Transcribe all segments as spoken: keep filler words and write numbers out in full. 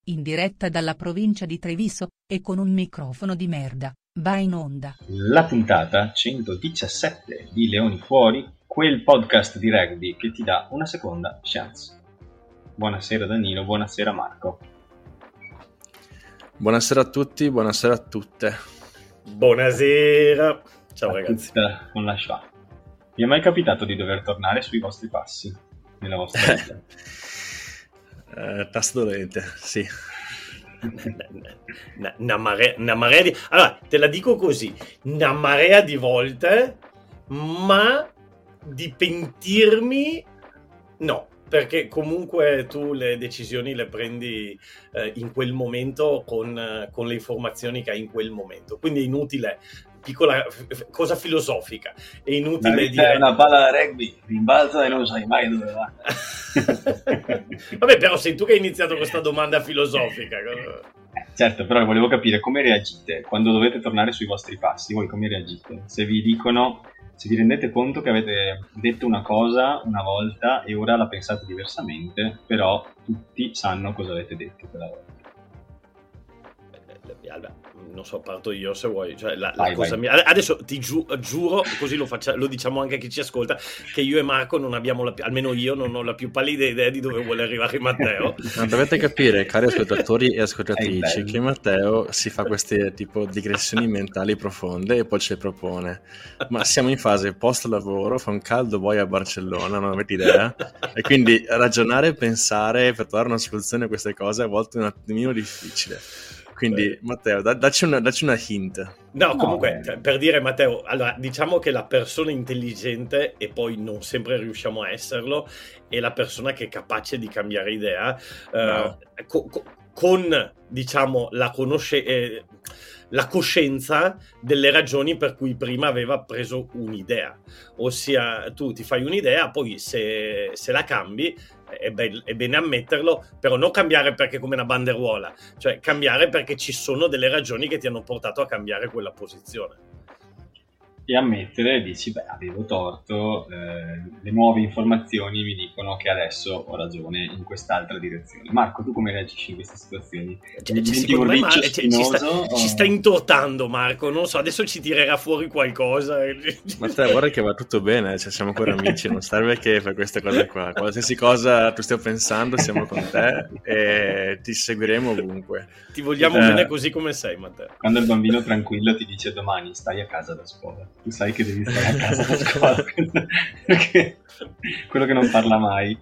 in diretta dalla provincia di Treviso, e con un microfono di merda, va in onda la puntata centodiciassette di Leoni Fuori, quel podcast di rugby che ti dà una seconda chance. Buonasera Danilo, buonasera Marco. Buonasera a tutti, buonasera a tutte. Buonasera. Ciao a ragazzi. Tutta con la schwa. Vi è mai capitato di dover tornare sui vostri passi nella vostra vita? eh, tasto dolente, sì. Una, una, marea, una marea di... Allora, te la dico così, una marea di volte, ma di pentirmi no, perché comunque tu le decisioni le prendi eh, in quel momento con, eh, con le informazioni che hai in quel momento, quindi è inutile, piccola f- cosa filosofica, è inutile dire... È una palla da rugby, rimbalza e non sai mai dove va. Vabbè, però sei tu che hai iniziato questa domanda filosofica. Certo, però volevo capire come reagite quando dovete tornare sui vostri passi. Voi come reagite? Se vi dicono, se vi rendete conto che avete detto una cosa una volta e ora la pensate diversamente, però tutti sanno cosa avete detto quella volta. Non so, parto io se vuoi, cioè, la, vai, la cosa vai. mia... Adesso ti giu- giuro, così lo, faccia- lo diciamo anche a chi ci ascolta, che io e Marco non abbiamo la, almeno io non ho la più pallida idea di dove vuole arrivare Matteo. Ma dovete capire, cari ascoltatori e ascoltatrici, che Matteo si fa queste tipo digressioni mentali profonde e poi ce le propone. Ma siamo in fase post lavoro, fa un caldo boia a Barcellona, non avete idea, e quindi ragionare e pensare per trovare una soluzione a queste cose a volte è un attimino difficile. Quindi Matteo, da, dacci, una, dacci una hint. No, comunque, no, per dire Matteo, allora, diciamo che la persona intelligente, e poi non sempre riusciamo a esserlo, è la persona che è capace di cambiare idea, no. eh, co- co- con, diciamo, la conosce- eh, la coscienza delle ragioni per cui prima aveva preso un'idea. Ossia, tu ti fai un'idea, poi se, se la cambi, È, be- è bene ammetterlo, però non cambiare perché come una banderuola, cioè cambiare perché ci sono delle ragioni che ti hanno portato a cambiare quella posizione. E ammettere, dici, beh, avevo torto, eh, le nuove informazioni mi dicono che adesso ho ragione in quest'altra direzione. Marco, tu come reagisci in queste situazioni? Cioè, secondo me Mar- cioè, ci, sta, o... ci sta intortando Marco, non so, adesso ci tirerà fuori qualcosa. Ma te guarda che va tutto bene, cioè, siamo ancora amici, non serve che fai queste cose qua. Qualsiasi cosa tu stia pensando, siamo con te e ti seguiremo ovunque. Ti vogliamo eh, bene così come sei, Matteo. Quando il bambino tranquillo ti dice domani stai a casa da scuola, tu sai che devi stare a casa da scuola, perché quello che non parla mai.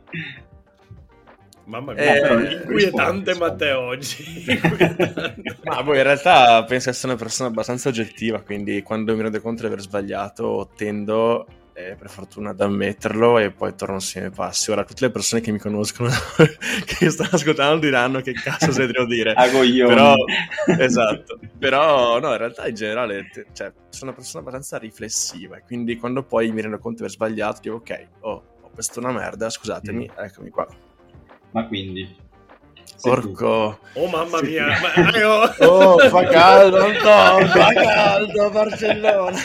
Mamma mia, eh, inquietante rispondo, Matteo oggi. Ma poi in realtà penso essere una persona abbastanza oggettiva, quindi quando mi rendo conto di aver sbagliato tendo, eh, per fortuna, ad ammetterlo e poi torno sui miei passi. Ora tutte le persone che mi conoscono che stanno ascoltando diranno che cazzo se devo dire. Agoglione. Però esatto. Però no, in realtà in generale te, cioè, sono una persona abbastanza riflessiva e quindi quando poi mi rendo conto di aver sbagliato dico ok, oh, oh questa è una merda, scusatemi, mm. eccomi qua. Ma quindi porco, oh mamma sì. mia, ma... oh fa caldo Antonio, fa caldo Barcellona.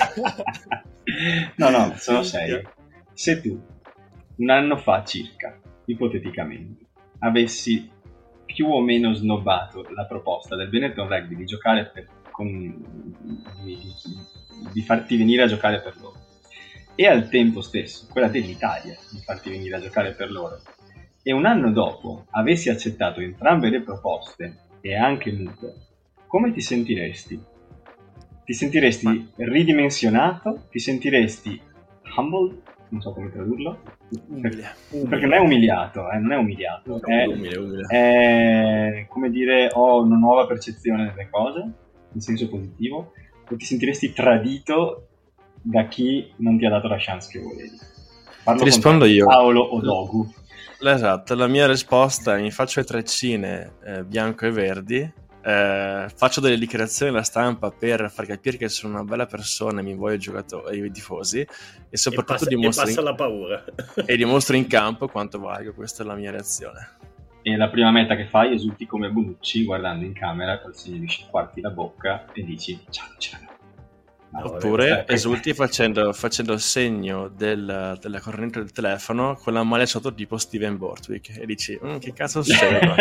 No no, sono serio. Se tu un anno fa circa, ipoteticamente, avessi più o meno snobbato la proposta del Benetton Rugby di giocare per, con, di, di farti venire a giocare per loro, e al tempo stesso quella dell'Italia di farti venire a giocare per loro, e un anno dopo avessi accettato entrambe le proposte e anche mutuo, come ti sentiresti? Ti sentiresti Ma... ridimensionato? Ti sentiresti humbled? Non so come tradurlo. Umile. Perché, perché non è umiliato, eh, non è umiliato. No, è, umile, umile. È come dire ho una nuova percezione delle cose, in senso positivo, o ti sentiresti tradito da chi non ti ha dato la chance che volevi? Parlo ti rispondo io. Paolo o Dogu. Esatto, la mia risposta è mi faccio le treccine eh, bianco e verdi, eh, faccio delle dichiarazioni alla stampa per far capire che sono una bella persona e mi voglio i giocatori, i tifosi, e soprattutto e passa, dimostro, e passa in, la paura e dimostro in campo quanto valgo. Questa è la mia reazione. E la prima meta che fai esulti come Bonucci guardando in camera col segno di sciacquarti la bocca e dici ciao ciao. No, Oppure vabbè, esulti facendo, facendo il segno del, della corrente del telefono con la maglia sotto tipo Steven Bortwick e dici "Mm, che cazzo succede qua?"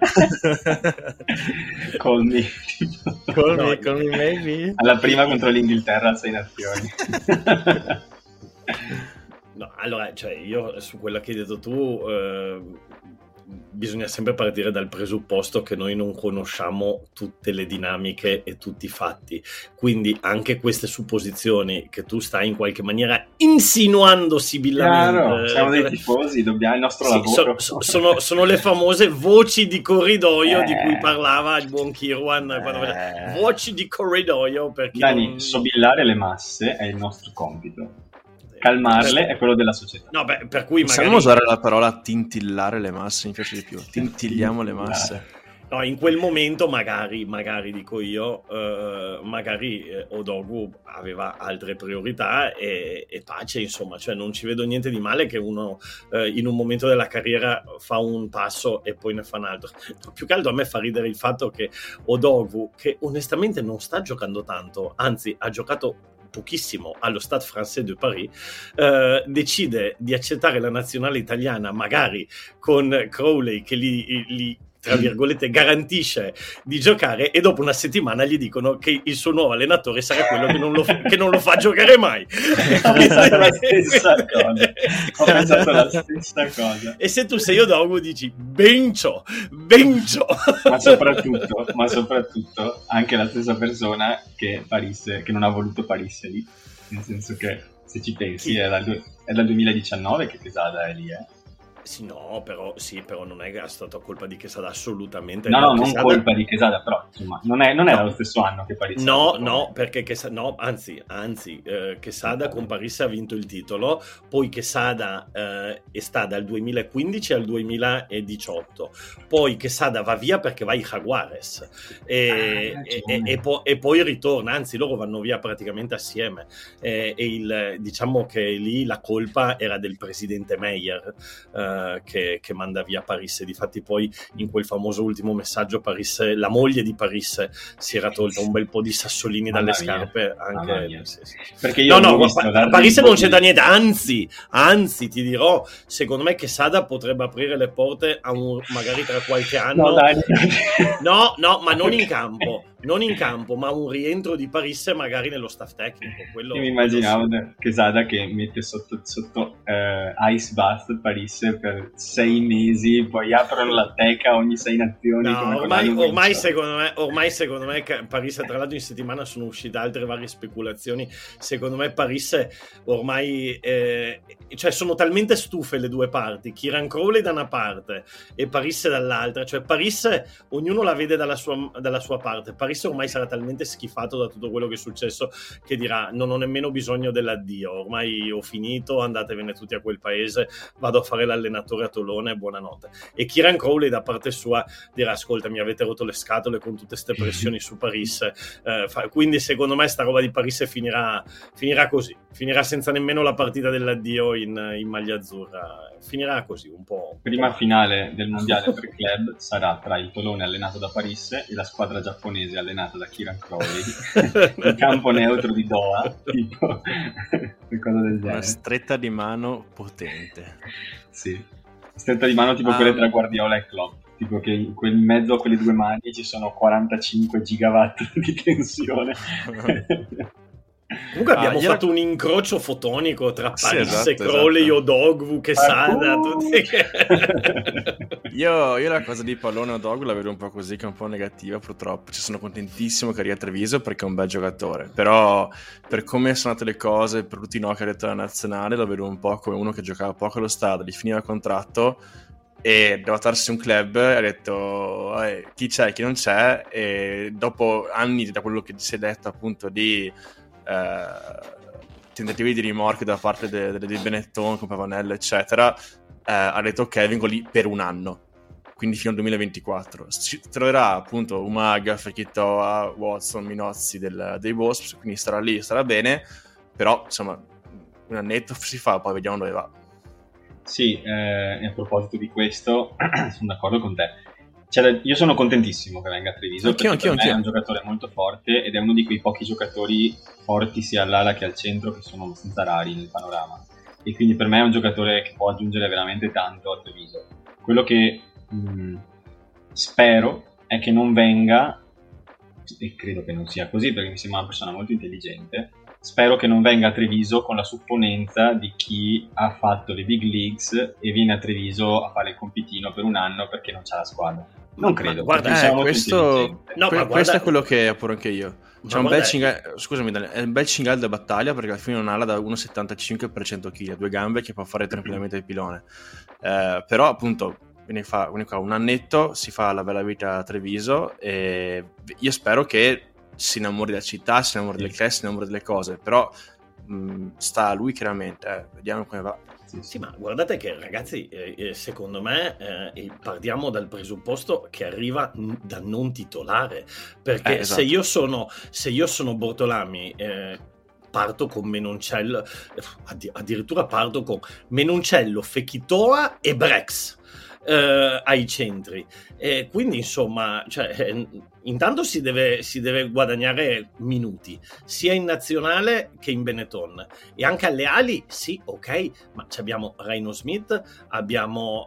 Call me. Call No, me, call me maybe. Alla prima contro l'Inghilterra a sei nazioni. No, allora, cioè, io su quella che hai detto tu, eh, bisogna sempre partire dal presupposto che noi non conosciamo tutte le dinamiche e tutti i fatti, quindi anche queste supposizioni che tu stai in qualche maniera insinuando sibilamente. Chiaro, siamo dei tifosi, dobbiamo il nostro Sì, lavoro. so- so- sono, sono le famose voci di corridoio Eh. di cui parlava il buon Kirwan. quando- Eh. Voci di corridoio, perché Dani, non... sobillare le masse è il nostro compito. Calmarle è quello della società. No, beh, per cui Possiamo magari... usare la parola tintillare le masse, mi piace di più. Tintigliamo le masse. No, in quel momento magari, magari dico io, eh, magari eh, Odogwu aveva altre priorità e, e pace, insomma, cioè non ci vedo niente di male che uno eh, in un momento della carriera fa un passo e poi ne fa un altro. Più che altro a me fa ridere il fatto che Odogwu, che onestamente non sta giocando tanto, anzi ha giocato pochissimo allo Stade Français de Paris, eh, decide di accettare la nazionale italiana magari con Crowley che li, li tra virgolette garantisce di giocare, e dopo una settimana gli dicono che il suo nuovo allenatore sarà quello che non lo, che non lo fa giocare mai. Ho pensato la stessa cosa. Ho pensato la stessa cosa. E se tu sei Odogwu dici bencio, bencio. Ma soprattutto, ma soprattutto anche la stessa persona che Parisse, che non ha voluto Parisse lì, nel senso che se ci pensi è dal, è dal duemiladiciannove che Quesada è lì, eh. Sì, no, però, sì, però non è che è stata colpa di Quesada, assolutamente. No, no, non Quesada... colpa di Quesada, però insomma, non, è, non era No. lo stesso anno che Parisse. No, no, perché Quesada, no, anzi, anzi, eh, Quesada con Parisse ha vinto il titolo, poi Quesada eh, sta dal duemilaquindici al duemiladiciotto, poi Quesada va via perché va ai Jaguares e, Ah, e, e, e, po- e poi ritorna, anzi loro vanno via praticamente assieme, e, e il, diciamo che lì la colpa era del presidente Meyer, eh, Che, che manda via Parisse. Difatti poi in quel famoso ultimo messaggio Parisse, la moglie di Parisse si era tolta un bel po' di sassolini Mamma dalle mia. scarpe Mamma anche mia. sì, sì. Perché io no ho no visto pa- l'Arden Parisse non c'è Bobby- da niente, anzi anzi ti dirò, secondo me che Sada potrebbe aprire le porte a un, magari tra qualche anno No, dai. no no ma non in campo non in campo ma un rientro di Parisse magari nello staff tecnico. Quello, Io mi immaginavo Quesada che mette sotto, sotto eh, ice bath Parisse per sei mesi, poi aprono la teca ogni sei nazioni. No, come ormai, con ormai, secondo me, ormai secondo me che Parisse, tra l'altro in settimana sono uscite altre varie speculazioni, secondo me Parisse ormai eh, cioè sono talmente stufe le due parti, Kieran Crowley da una parte e Parisse dall'altra, cioè Parisse ognuno la vede dalla sua, dalla sua parte. Parisse ormai sarà talmente schifato da tutto quello che è successo che dirà non ho nemmeno bisogno dell'addio, ormai ho finito, andatevene tutti a quel paese, vado a fare l'allenatore a Tolone, buonanotte. E Kieran Crowley da parte sua dirà ascolta, mi avete rotto le scatole con tutte queste pressioni su Parisse, eh, fa... quindi secondo me sta roba di Parisse finirà, finirà così, finirà senza nemmeno la partita dell'addio in, in maglia azzurra, finirà così un po'. Prima finale del mondiale per club sarà tra il Tolone allenato da Parisse e la squadra giapponese allenata da Kieran Crowley in campo neutro di Doha, tipo qualcosa del genere. Una stretta di mano potente. Sì, stretta di mano tipo Ah. quelle tra Guardiola e Klopp, tipo che in quel in mezzo a quelle due mani ci sono quarantacinque gigawatt di tensione. Comunque abbiamo Ah, io- fatto un incrocio fotonico tra Sì, Parisse, esatto, Crowley, esatto. Odogwu, Quesada, Ah, tutti. Io, io la cosa di Pallone Odogwu la vedo un po' così, che è un po' negativa purtroppo. Ci sono contentissimo che arrivi a Treviso perché è un bel giocatore, però per come sono andate le cose, per tutti i no che ha detto la nazionale, lo vedo un po' come uno che giocava poco allo stadio, gli finiva il contratto e doveva darsi un club e ha detto eh, chi c'è, chi non c'è, e dopo anni da quello che si è detto appunto di eh, tentativi di rimorchio da parte dei de, de Benetton con Pavanello eccetera, eh, ha detto ok, vengo lì per un anno, quindi fino al duemilaventiquattro ci troverà appunto Umaga, Fekitoa, Watson, Minozzi del, dei Wasps, quindi starà lì, starà bene, però insomma un annetto si fa, poi vediamo dove va. Sì, eh, e a proposito di questo sono d'accordo con te. Cioè, io sono contentissimo che venga a Treviso, anch'io, perché anch'io, per me anch'io. è un giocatore molto forte ed è uno di quei pochi giocatori forti sia all'ala che al centro che sono abbastanza rari nel panorama, e quindi per me è un giocatore che può aggiungere veramente tanto a Treviso. Quello che mh, spero è che non venga, e credo che non sia così perché mi sembra una persona molto intelligente, spero che non venga a Treviso con la supponenza di chi ha fatto le big leagues e viene a Treviso a fare il compitino per un anno perché non c'ha la squadra. Non credo, Ma guarda, perché Eh, siamo molto questo, intelligenti. No, que- ma questo guarda- è quello che ho pure anche io. Ma C'è un guarda- bel cingal, scusami, Daniele, è un bel cingal da battaglia perché alla fine non ha da uno virgola settantacinque per cento chili, ha due gambe che può fare tranquillamente il pilone. Eh, però appunto viene, fa, viene qua un annetto, si fa la bella vita a Treviso e io spero che si innamori della città, si innamori del club, si innamori delle cose, però mh, sta a lui chiaramente, eh, vediamo come va. Sì, ma guardate che ragazzi, eh, secondo me eh, partiamo dal presupposto che arriva n- da non titolare, perché Eh, esatto. se io sono se io sono Bortolami, eh, parto con Menoncello, addi- addirittura parto con Menoncello, Fekitoa e Brex eh, ai centri. E quindi insomma, cioè, eh, intanto si deve, si deve guadagnare minuti sia in nazionale che in Benetton, e anche alle ali sì, ok, ma ci abbiamo Reino Smith, abbiamo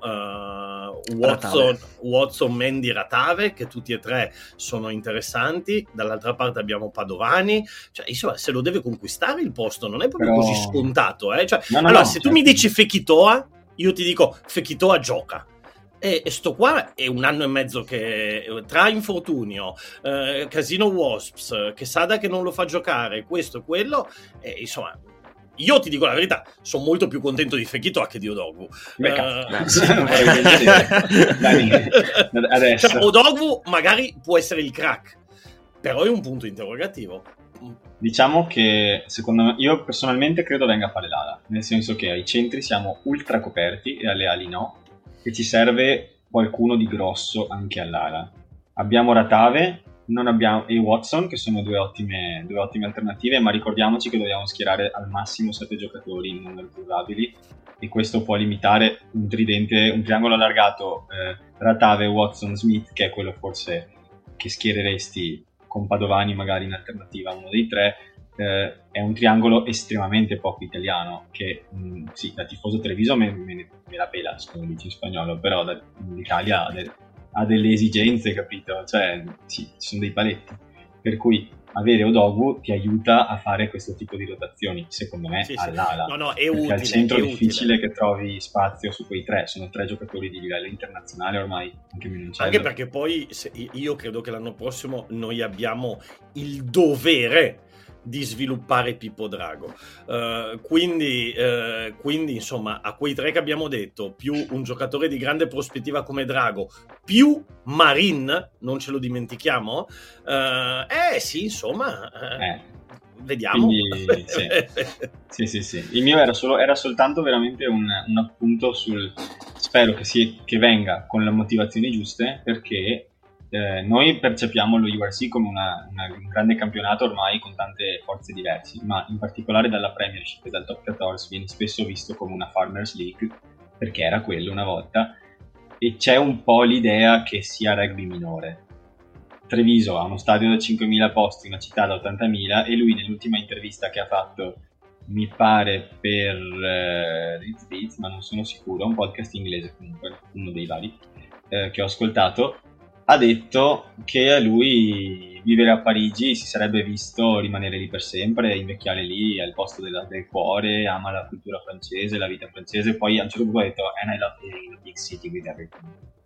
uh, Watson, Ratave. Watson, Mendy, Ratave, che tutti e tre sono interessanti. Dall'altra parte abbiamo Padovani, cioè insomma se lo deve conquistare il posto, non è proprio Però- così scontato, eh? Cioè, No, no, allora no, se tu certo. mi dici Fekitoa, io ti dico Fekitoa gioca. E, e sto qua è un anno e mezzo che tra infortunio, eh, Casino Wasps, Quesada che non lo fa giocare, questo e quello, e, insomma, io ti dico la verità, sono molto più contento di Fekitoa che di Odogwu. Beh, Eh, cazzo, non vorrei vedere. Dai, adesso. cioè, Odogwu magari può essere il crack, però è un punto interrogativo. Diciamo che secondo me, io personalmente credo venga a fare l'ala, nel senso che ai centri siamo ultra coperti e alle ali no, e ci serve qualcuno di grosso anche all'ala. Abbiamo Ratave non abbiamo, e Watson, che sono due ottime, due ottime alternative, ma ricordiamoci che dobbiamo schierare al massimo sette giocatori in numero probabili, e questo può limitare un tridente, un triangolo allargato eh, Ratave, Watson, Smith, che è quello forse che schiereresti con Padovani magari in alternativa a uno dei tre. Eh, è un triangolo estremamente poco italiano che mh, sì, da tifoso Treviso me, me, me la pela, come dici in spagnolo, però da, l'Italia ha, de, ha delle esigenze, capito? Cioè sì, ci sono dei paletti, per cui avere Odogwu ti aiuta a fare questo tipo di rotazioni, secondo me, Sì, sì. all'ala. No, no, è perché utile, al centro è è difficile utile. che trovi spazio su quei tre, sono tre giocatori di livello internazionale ormai, anche Menoncello. Anche perché poi se, io credo che l'anno prossimo noi abbiamo il dovere di sviluppare Pippo Drago, uh, quindi, uh, quindi insomma a quei tre che abbiamo detto, più un giocatore di grande prospettiva come Drago, più Marin, non ce lo dimentichiamo, uh, eh sì insomma uh, eh. vediamo. Quindi, sì. sì, sì, sì. Il mio era, solo, era soltanto veramente un, un appunto sul spero che, si, che venga con le motivazioni giuste, perché eh, noi percepiamo lo U R C come una, una, un grande campionato ormai con tante forze diverse, ma in particolare dalla Premiership e dal Top quattordici viene spesso visto come una Farmers League, perché era quello una volta, e c'è un po' l'idea che sia rugby minore. Treviso ha uno stadio da cinquemila posti, una città da ottantamila, e lui nell'ultima intervista che ha fatto, mi pare per uh, Ritz Beats, ma non sono sicuro, un podcast inglese comunque, uno dei vari eh, che ho ascoltato, ha detto che a lui vivere a Parigi si sarebbe visto rimanere lì per sempre, invecchiare lì al posto della, del cuore, ama la cultura francese, la vita francese, poi a un certo punto ha detto and I love being in a big city with everything.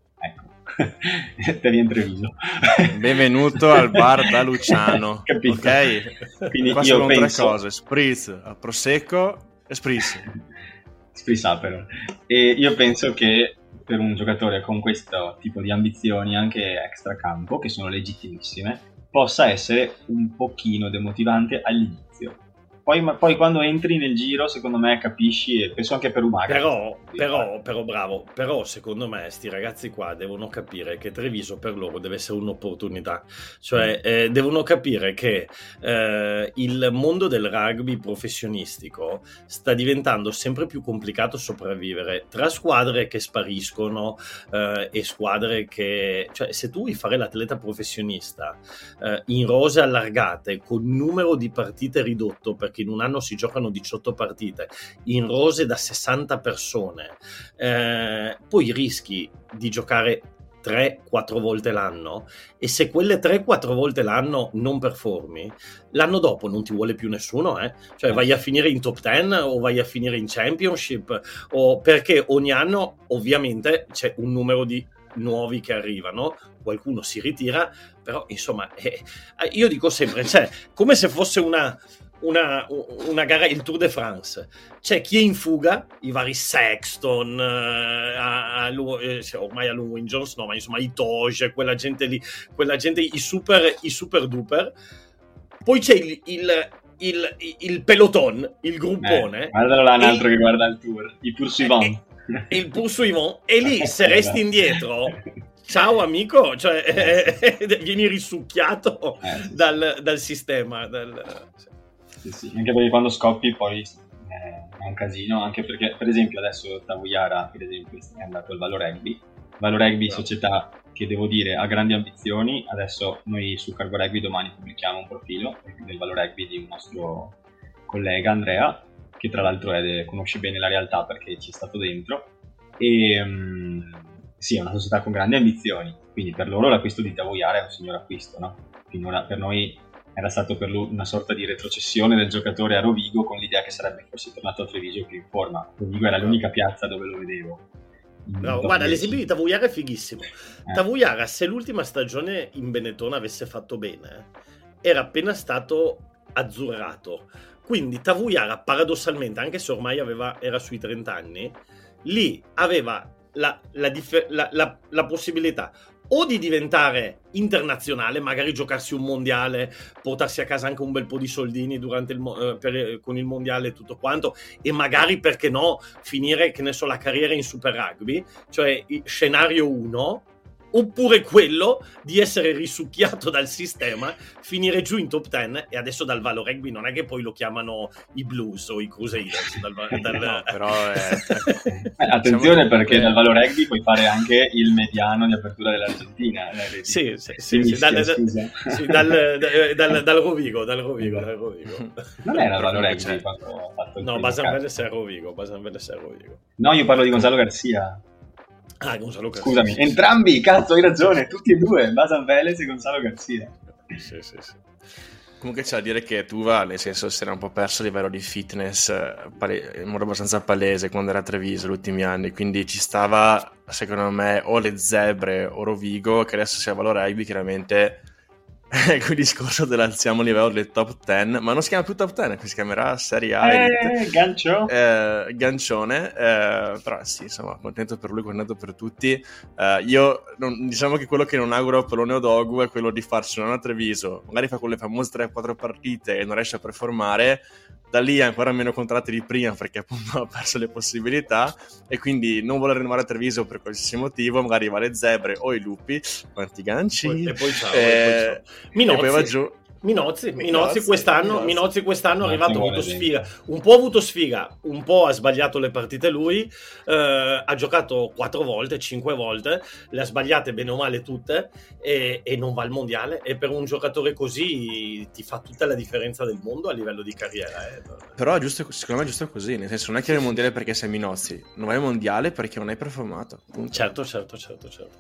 Ecco, per Treviso. Benvenuto al bar da Luciano. Capito? Ok? Quindi qua io sono penso... tre cose: spritz, prosecco e spritz. Spritz Aperol. E io penso che per un giocatore con questo tipo di ambizioni anche extracampo, che sono legittimissime, possa essere un pochino demotivante all'inizio. poi, ma, poi quando entri nel giro, secondo me capisci, e penso anche per Umaga. Però, però, però, bravo, però secondo me sti ragazzi qua devono capire che Treviso per loro deve essere un'opportunità, cioè eh, devono capire che eh, il mondo del rugby professionistico sta diventando sempre più complicato sopravvivere tra squadre che spariscono eh, e squadre che, cioè se tu vuoi fare l'atleta professionista eh, in rose allargate con numero di partite ridotto, perché in un anno si giocano diciotto partite, in rose da sessanta persone, eh, poi rischi di giocare tre quattro volte l'anno, e se quelle tre quattro volte l'anno non performi, l'anno dopo non ti vuole più nessuno, eh? Cioè vai a finire in top dieci o vai a finire in championship, o perché ogni anno ovviamente c'è un numero di nuovi che arrivano, qualcuno si ritira, però insomma eh, io dico sempre, cioè come se fosse una Una, una gara, il Tour de France, c'è chi è in fuga, i vari Sexton, eh, a, a, eh, ormai a Wayne Jones no, ma insomma i Toge, quella gente lì, quella gente, i super, i super duper, poi c'è il, il, il, il peloton, il gruppone, eh, guardalo là un altro il, che guarda il Tour, i Poursuivants, e, il Poursuivant, e lì se resti indietro ciao amico, cioè eh, vieni risucchiato eh, dal, dal sistema dal, Sì, sì. Anche perché quando scoppi poi è un casino, anche perché per esempio adesso Tavoyara per esempio è andato al Valo Rugby, Valo Rugby no. Società che devo dire ha grandi ambizioni. Adesso noi su Cargo Rugby domani pubblichiamo un profilo del Valo Rugby di un nostro collega Andrea, che tra l'altro è, conosce bene la realtà perché ci è stato dentro, e um, sì, è una società con grandi ambizioni, quindi per loro l'acquisto di Tavoyara è un signor acquisto, no? Finora per noi era stato per lui una sorta di retrocessione del giocatore a Rovigo, con l'idea che sarebbe forse tornato a Treviso più in forma. Rovigo era l'unica piazza dove lo vedevo. No, guarda, l'esempio di Tavoyara è fighissimo. Eh. Tavoyara, se l'ultima stagione in Benetton avesse fatto bene, era appena stato azzurrato. Quindi Tavoyara, paradossalmente, anche se ormai aveva, era sui trenta anni, lì aveva la, la, dif- la, la, la possibilità o di diventare internazionale, magari giocarsi un mondiale, portarsi a casa anche un bel po' di soldini durante il, eh, per, con il mondiale e tutto quanto, e magari, perché no, finire, che ne so, la carriera in Super Rugby, cioè scenario uno, oppure quello di essere risucchiato dal sistema, finire giù in top dieci, e adesso dal Valo Rugby non è che poi lo chiamano i Blues o i Crusaders dal, dal... No, però è... eh, attenzione, perché che... dal Valo Rugby puoi fare anche il mediano di apertura dell'Argentina, eh, sì, sì, sì, sì, dal, sì, dal, dal, dal, dal Rovigo dal Rovigo, dal Rovigo. Non era il Valo Rugby quando ho fatto il no, Basan Vélez è Rovigo Basan Vélez è Rovigo no, io parlo di Gonzalo Garcia. Ah, Gonzalo Garcia. Scusami, sì, entrambi, sì. Cazzo, hai ragione, tutti e due, Basan Vélez e Gonzalo Garcia. Sì, sì, sì. Comunque c'è da dire che Tuva, nel senso, si era un po' perso a livello di fitness pale- in modo abbastanza palese quando era a Treviso negli ultimi anni, quindi ci stava, secondo me, o le Zebre o Rovigo, che adesso sia Valo Rugby, chiaramente quel discorso dell'alziamo a livello del top dieci, ma non si chiama più top dieci, si chiamerà Serie A Elite. Eh, gancio. Eh, gancione, eh, però sì, insomma, contento per lui, contento per tutti. Eh, io, non, diciamo che quello che non auguro a Polonio Odogu è quello di farsi un anno a Treviso, magari fa quelle famose tre quattro partite e non riesce a performare, da lì ha ancora meno contratti di prima perché appunto ha perso le possibilità, e quindi non vuole rinnovare a Treviso per qualsiasi motivo, magari va alle Zebre o i Lupi, quanti ganci, e poi, e poi ciao, eh, e poi ciao. Minozzi. E poi va giù. Minozzi, Minozzi, Minozzi quest'anno, Minozzi. Minozzi quest'anno è arrivato, ha avuto esempio. sfiga, un po' ha avuto sfiga, un po' ha sbagliato le partite lui, eh, ha giocato quattro volte, cinque volte, le ha sbagliate bene o male tutte, e, e non va al mondiale, e per un giocatore così ti fa tutta la differenza del mondo a livello di carriera. Eh. Però è giusto, secondo me è giusto così, nel senso non è che vai al mondiale perché sei Minozzi, non vai al mondiale perché non hai performato. Punto. Certo, certo, certo, certo.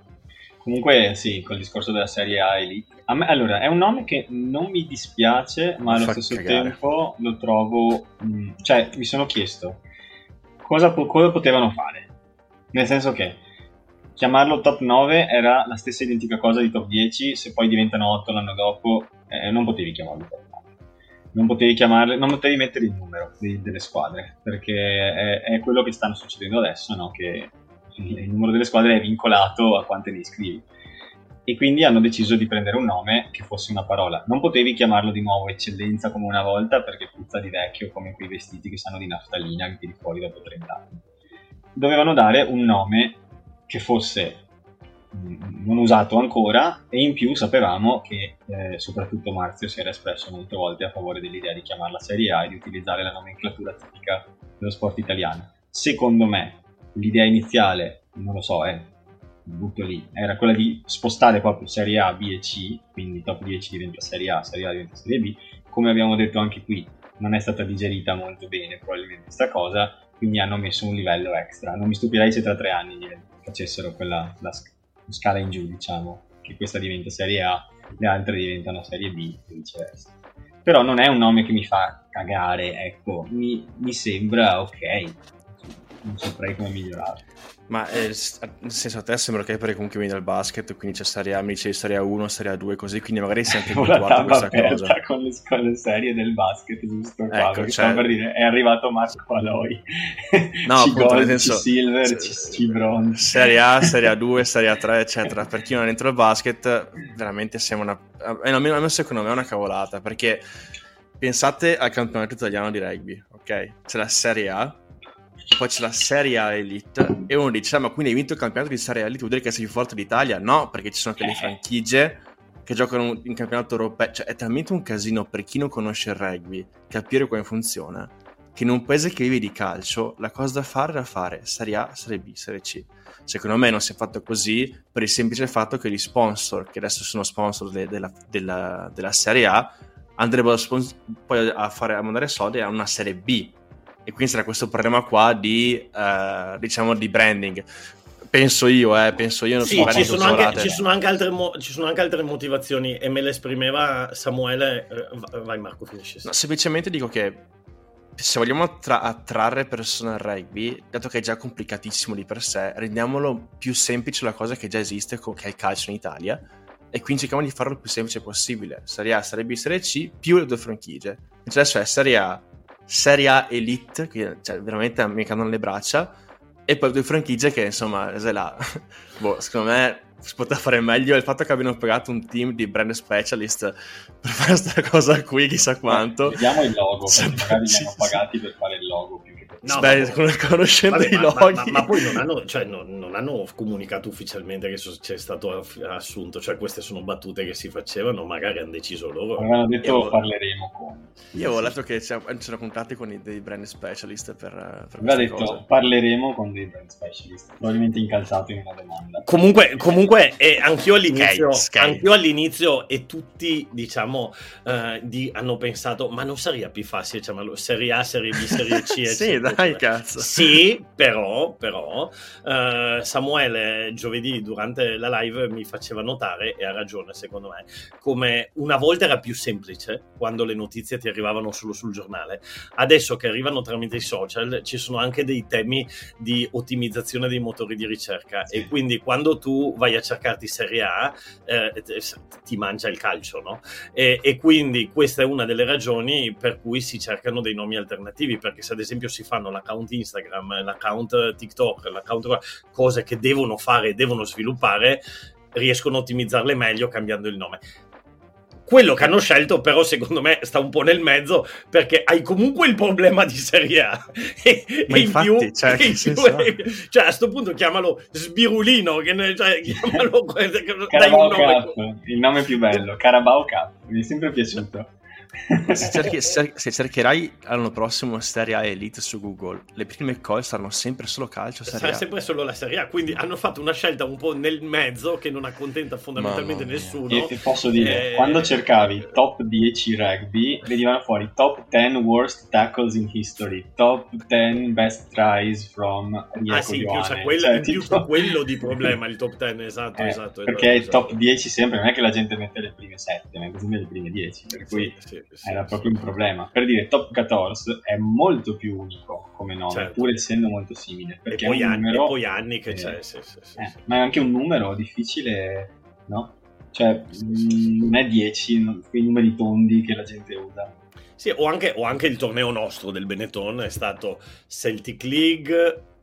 Comunque sì, col discorso della Serie A Elite. A me, allora, è un nome che non mi dispiace, ma allo Fa stesso cagare. tempo lo trovo... Mh, cioè, mi sono chiesto cosa, po- cosa potevano fare. Nel senso che chiamarlo top nove era la stessa identica cosa di top dieci, se poi diventano otto l'anno dopo, eh, non potevi chiamarlo top nove. Non potevi chiamarle, non potevi mettere il numero di, delle squadre, perché è, è quello che stanno succedendo adesso, no? Che il numero delle squadre è vincolato a quante ne iscrivi. e quindi hanno deciso di prendere un nome che fosse una parola. Non potevi chiamarlo di nuovo Eccellenza come una volta, perché puzza di vecchio, come quei vestiti che sanno di naftalina che tiri fuori dopo trenta anni. Dovevano dare un nome che fosse mh, non usato ancora, e in più sapevamo che eh, soprattutto Marzio si era espresso molte volte a favore dell'idea di chiamarla Serie A e di utilizzare la nomenclatura tipica dello sport italiano. Secondo me l'idea iniziale, non lo so, eh, butto lì, era quella di spostare proprio Serie A, B e C, quindi top dieci diventa Serie A, Serie A diventa Serie B. Come abbiamo detto anche qui, non è stata digerita molto bene probabilmente questa cosa, quindi hanno messo un livello extra. Non mi stupirei se tra tre anni facessero quella la scala in giù, diciamo, che questa diventa Serie A, le altre diventano Serie B e viceversa. Però non è un nome che mi fa cagare, ecco, mi, mi sembra ok, non saprei come migliorare. Ma eh, nel senso, a te sembra che perché comunque vieni dal basket, quindi c'è Serie A, mi dicevi Serie A uno, Serie A due, così, quindi magari sei anche abituato a questa cosa. Con le, con le serie del basket, giusto qua, ecco, perché cioè... per dire, è arrivato Marco Aloi. No, C appunto, gold, nel senso, C silver, C, C bronze. Serie A, Serie A due, Serie A tre, eccetera. Per chi non è dentro il basket, veramente siamo una... almeno, almeno secondo me è una cavolata, perché pensate al campionato italiano di rugby, ok? C'è la Serie A, poi c'è la Serie A Elite, e uno dice, ah, ma quindi hai vinto il campionato di Serie A Elite, vuol dire che sei più forte d'Italia? No, perché ci sono anche le franchigie che giocano in campionato europeo. Cioè è talmente un casino per chi non conosce il rugby capire come funziona, che in un paese che vive di calcio la cosa da fare è da fare Serie A, Serie B, Serie C. Secondo me non si è fatto così per il semplice fatto che gli sponsor, che adesso sono sponsor de- della, della, della Serie A, andrebbero a spons- poi a, fare, a mandare soldi a una Serie B, e quindi sarà questo problema qua di uh, diciamo di branding. Penso io, eh, penso io. Non sì, so, ci sono, anche, ci, sono anche altre mo- ci sono anche altre motivazioni, e me le esprimeva Samuele. Vai Marco, finisci. No, semplicemente dico che se vogliamo attra- attrarre persone al rugby, dato che è già complicatissimo di per sé, rendiamolo più semplice la cosa che già esiste, che è il calcio in Italia, e quindi cerchiamo di farlo il più semplice possibile. Serie A, Serie B, Serie C, più le due franchigie. Cioè adesso è Serie A, Serie A Elite, quindi, cioè, veramente mi cadono le braccia, e poi due franchigie che insomma se là, boh, secondo me si poteva fare meglio. Il fatto che abbiano pagato un team di brand specialist per fare questa cosa qui, chissà quanto. Vediamo il logo, perché magari li hanno pagati per fare il logo più che per... No, Beh, ma, conoscendo vabbè, i ma, loghi, ma, ma, ma poi non hanno, cioè, non, non hanno comunicato ufficialmente che c'è stato assunto, cioè queste sono battute che si facevano, magari hanno deciso loro. Avevano detto avevo... parleremo con. Io avevo letto che c'erano contatti con i, dei brand specialist per, per aveva detto cose. Parleremo con dei brand specialist, probabilmente incalzato in una domanda. Comunque, comunque eh, anch'io all'inizio, Sky, Sky. anch'io all'inizio e tutti diciamo eh, di, hanno pensato, ma non sarebbe più facile chiamarlo Serie A, Serie B, Serie C? Sì, dai, cazzo. Sì, però, però uh, Samuele giovedì durante la live mi faceva notare, e ha ragione secondo me, come una volta era più semplice quando le notizie ti arrivavano solo sul giornale. Adesso che arrivano tramite i social ci sono anche dei temi di ottimizzazione dei motori di ricerca, sì. E quindi quando tu vai a cercarti Serie A eh, ti mangia il calcio, no? E, e quindi questa è una delle ragioni per cui si cercano dei nomi alternativi, perché se ad esempio si fanno l'account Instagram, l'account TikTok, l'account cose che devono fare e devono sviluppare, riescono a ottimizzarle meglio cambiando il nome. Quello che hanno scelto però secondo me sta un po' nel mezzo, perché hai comunque il problema di Serie A e, ma e infatti, in più, cioè, in più senso... è, cioè a sto punto chiamalo Sbirulino, che ne, cioè, chiamalo Carabao dai un nome. Cup, il nome più bello, Carabao Cup, mi è sempre piaciuto. Se, cerchi, se, se cercherai l'anno prossimo Serie A Elite su Google, le prime call saranno sempre solo calcio, Serie sarà A. sempre solo la Serie A, quindi hanno fatto una scelta un po' nel mezzo che non accontenta fondamentalmente nessuno. E ti posso dire, eh... quando cercavi top dieci rugby venivano fuori top dieci worst tackles in history, top dieci best tries from ah sì, in più c'è quello, cioè, in più tipo... quello di problema il top dieci, esatto, eh, esatto perché esatto, il top dieci sempre, non è che la gente mette le prime sette, ma così le prime dieci, per cui sì, sì, sì, era sì, proprio sì. un problema. Per dire, top quattordici è molto più unico come nome, certo. Pur essendo molto simile, perché e poi, è un anni, numero, e poi anni che eh, c'è sì, sì, sì, eh, sì. ma è anche un numero difficile, no? Cioè sì, sì, non è dieci, quei numeri tondi che la gente usa. Sì, o anche, o anche il torneo nostro del Benetton è stato Celtic League,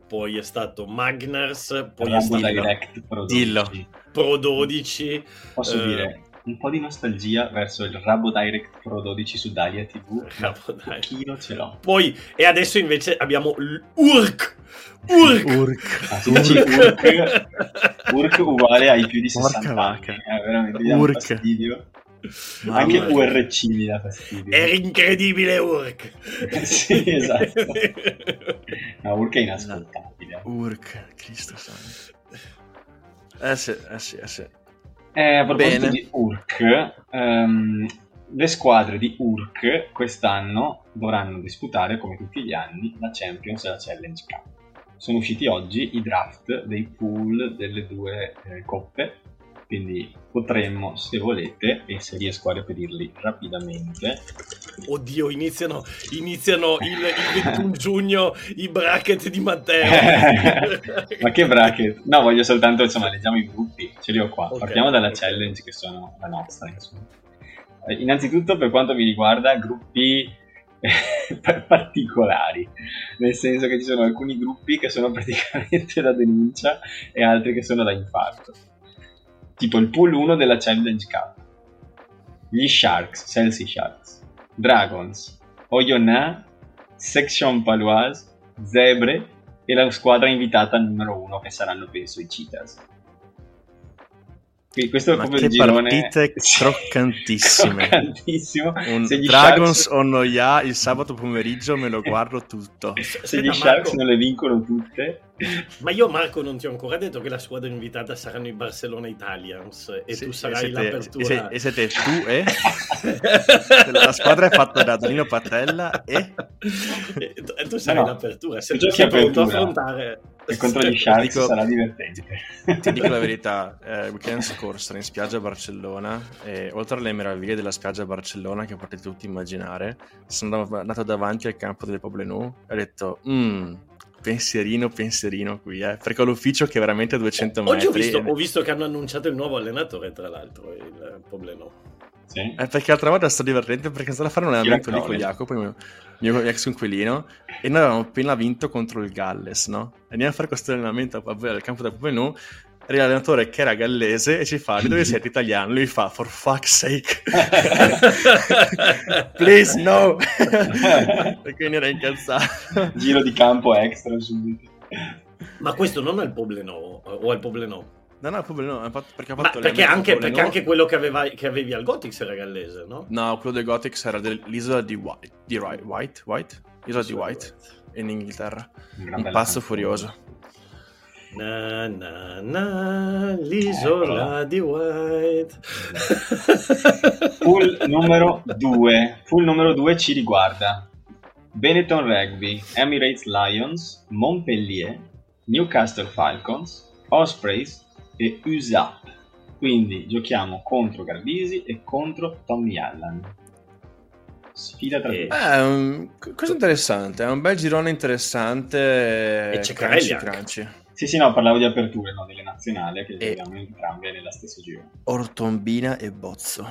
poi è stato Magners, poi Rabo è stato Direct Pro Dillo. dodici. Pro dodici. Posso eh, dire un po' di nostalgia verso il Rabo Direct Pro dodici su Dalia tivù, Rabo un Direct. pochino ce l'ho. Poi, e adesso invece abbiamo l'Urk. Urk. Urk. Ah, si dice Urk, Urk uguale ai più di Porca sessanta vacca. anni. Eh, veramente, mi dà un Urk. fastidio. Mamma Anche mia. U R C mi dà fastidio. Era incredibile Urk. Sì, esatto. No, Urk è inascoltabile. Urk, Cristo santo. Eh sì, eh sì, eh sì. Eh, a proposito Bene. di Urk, ehm, le squadre di Urk quest'anno dovranno disputare, come tutti gli anni, la Champions e la Challenge Cup. Sono usciti oggi i draft dei pool delle due eh, coppe, quindi potremmo, se volete, e se riesco a reperirli rapidamente, Oddio, iniziano, iniziano il, il ventuno giugno i bracket di Matteo. ma che bracket? No, voglio soltanto, insomma, leggiamo i gruppi, ce li ho qua. Ok, Partiamo dalla ok. challenge, che sono la nostra, insomma. Eh, Innanzitutto, per quanto mi riguarda, gruppi eh, particolari, nel senso che ci sono alcuni gruppi che sono praticamente da denuncia e altri che sono da infarto. Tipo il pool uno della Challenge Cup. Gli Sharks, Chelsea Sharks, Dragons, Oyonnax, Section Paloise, Zebre e la squadra invitata numero uno, che saranno penso i Cheetahs. Quindi questo è Ma proprio che il girone partite croccantissime. croccantissimo. Un Se gli Dragons Sharks, o Noia il sabato pomeriggio me lo guardo tutto. se gli Aspetta, Sharks Marco. non le vincono tutte, Ma io, Marco, non ti ho ancora detto che la squadra invitata saranno i Barcellona Italians e Sì, tu sì, sarai siete- l'apertura. E, se- e siete tu e? La squadra è fatta da Danilo Patella e? E tu, e tu sarai No, no. l'apertura. Se Tu giochi sei pronto a apertura. affrontare e contro gli Sharks Dico- sarà divertente. Ti dico la verità, eh, il weekend scorso ero in spiaggia a Barcellona e oltre alle meraviglie della spiaggia a Barcellona che potete tutti immaginare, sono andato- andato davanti al campo del Poblenou e ho detto "Mmm, pensierino, pensierino qui, eh", perché ho l'ufficio che è veramente a duecento metri. Oggi ho visto, e- ho visto che hanno annunciato il nuovo allenatore, tra l'altro, il problema. Sì. Eh, perché l'altra volta è stato divertente perché sono stato a fare un allenamento lì con Collins. Jacopo, il mio, mio ex inquilino, e noi avevamo appena vinto contro il Galles, no? E andiamo a fare questo allenamento a- al campo da Poblenou, era l'allenatore che era gallese e ci fa "Di dove siete italiano?" Lui fa "For fuck's sake". Please no. E quindi era incazzato. Giro di campo extra subito. Ma questo non è il Poblenou, o è il Poblenou? No, no, Poblenou, ha fatto- perché ha Ma fatto perché l'allenamento anche, a perché Poblenou. anche quello che, aveva, che avevi al Gothics era gallese, no? No, quello del Gothics era dell'isola di White, di Ri- White, White? Isola di White, in Inghilterra. Un gran Un bella pazzo canzone. furioso. Na, na, na, l'isola Eccola. di White. Pool numero due. Pool numero due ci riguarda Benetton Rugby, Emirates Lions, Montpellier, Newcastle Falcons, Ospreys e U S A P. Quindi giochiamo contro Garbisi e contro Tommy Allen. Sfida tra E- tutti. Eh, um, c- cosa interessante, è un bel girone interessante. E c'è crunchy, Carelli anche. crunchy. Sì, sì, no, parlavo di aperture, no, delle nazionali, che E- giochiamo entrambe nella stessa giro. Ortombina e Bozzo.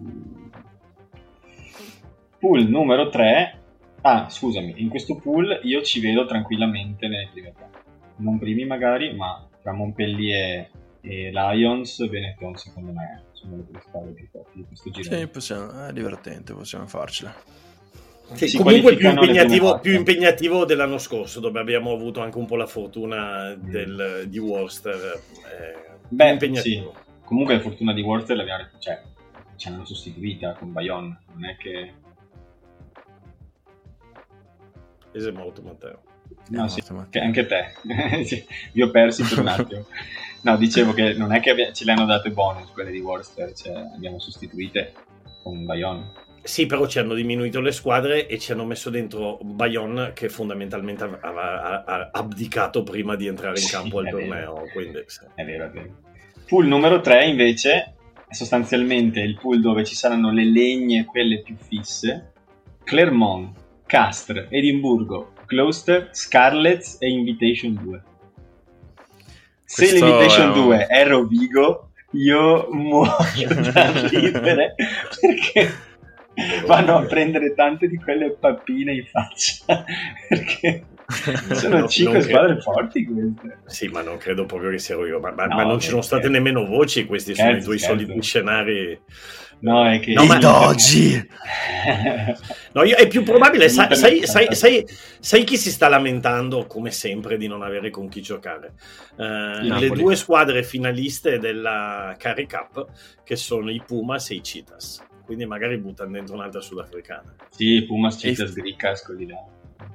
Pool numero tre. Ah, scusami, in questo pool io ci vedo tranquillamente nelle prime tre. Non primi magari, ma tra Montpellier e Lions, Benetton secondo me sono le tre squadre più forti di questo giro. Sì, possiamo, è divertente, possiamo farcela. Sì, Si comunque più qualificano le impegnativo, prime più quattro. impegnativo dell'anno scorso, dove abbiamo avuto anche un po' la fortuna Mm. del, di Worcester. eh, più Beh, impegnativo. sì. Comunque la fortuna di Worcester l'abbiamo, cioè, ce l'hanno sostituita con Bayonne, non è che... È morto Matteo. No, Eh, sì, Matteo. che anche te. Sì, vi ho persi per un attimo. No, dicevo che non è che abbia- ce le hanno date bonus quelle di Worcester, cioè abbiamo sostituite con Bayonne. Sì, però ci hanno diminuito le squadre e ci hanno messo dentro Bayonne, che fondamentalmente aveva ha abdicato prima di entrare in Sì, campo al è vero. torneo. Quindi, sì. È vero, è vero. Pool numero tre invece è sostanzialmente il pool dove ci saranno le legne, quelle più fisse. Clermont, Castres, Edimburgo, Gloucester, Scarlets e Invitation due. Se Questo l'Invitation è un- due è Rovigo, io muoio da ridere perché vanno a prendere tante di quelle pappine in faccia perché Sono No, cinque non squadre credo. forti queste. Sì, ma non credo proprio che sia io. Ma, ma- No, ma non beh, ci sono state scherzo. nemmeno voci, questi sono i Scherzo, tuoi scherzo. soliti scenari. No, è che No, ma- I dogi! No, io, è più probabile, sai, sai, Internet sai, sai, fantastico. sai chi si sta lamentando come sempre di non avere con chi giocare? Eh, le Napoli. due squadre finaliste della Curry Cup, che sono i Pumas e i Cheetahs. Quindi magari buttano dentro un'altra sudafricana. Sì, Pumas, E- Cheetahs, Gricas, così là.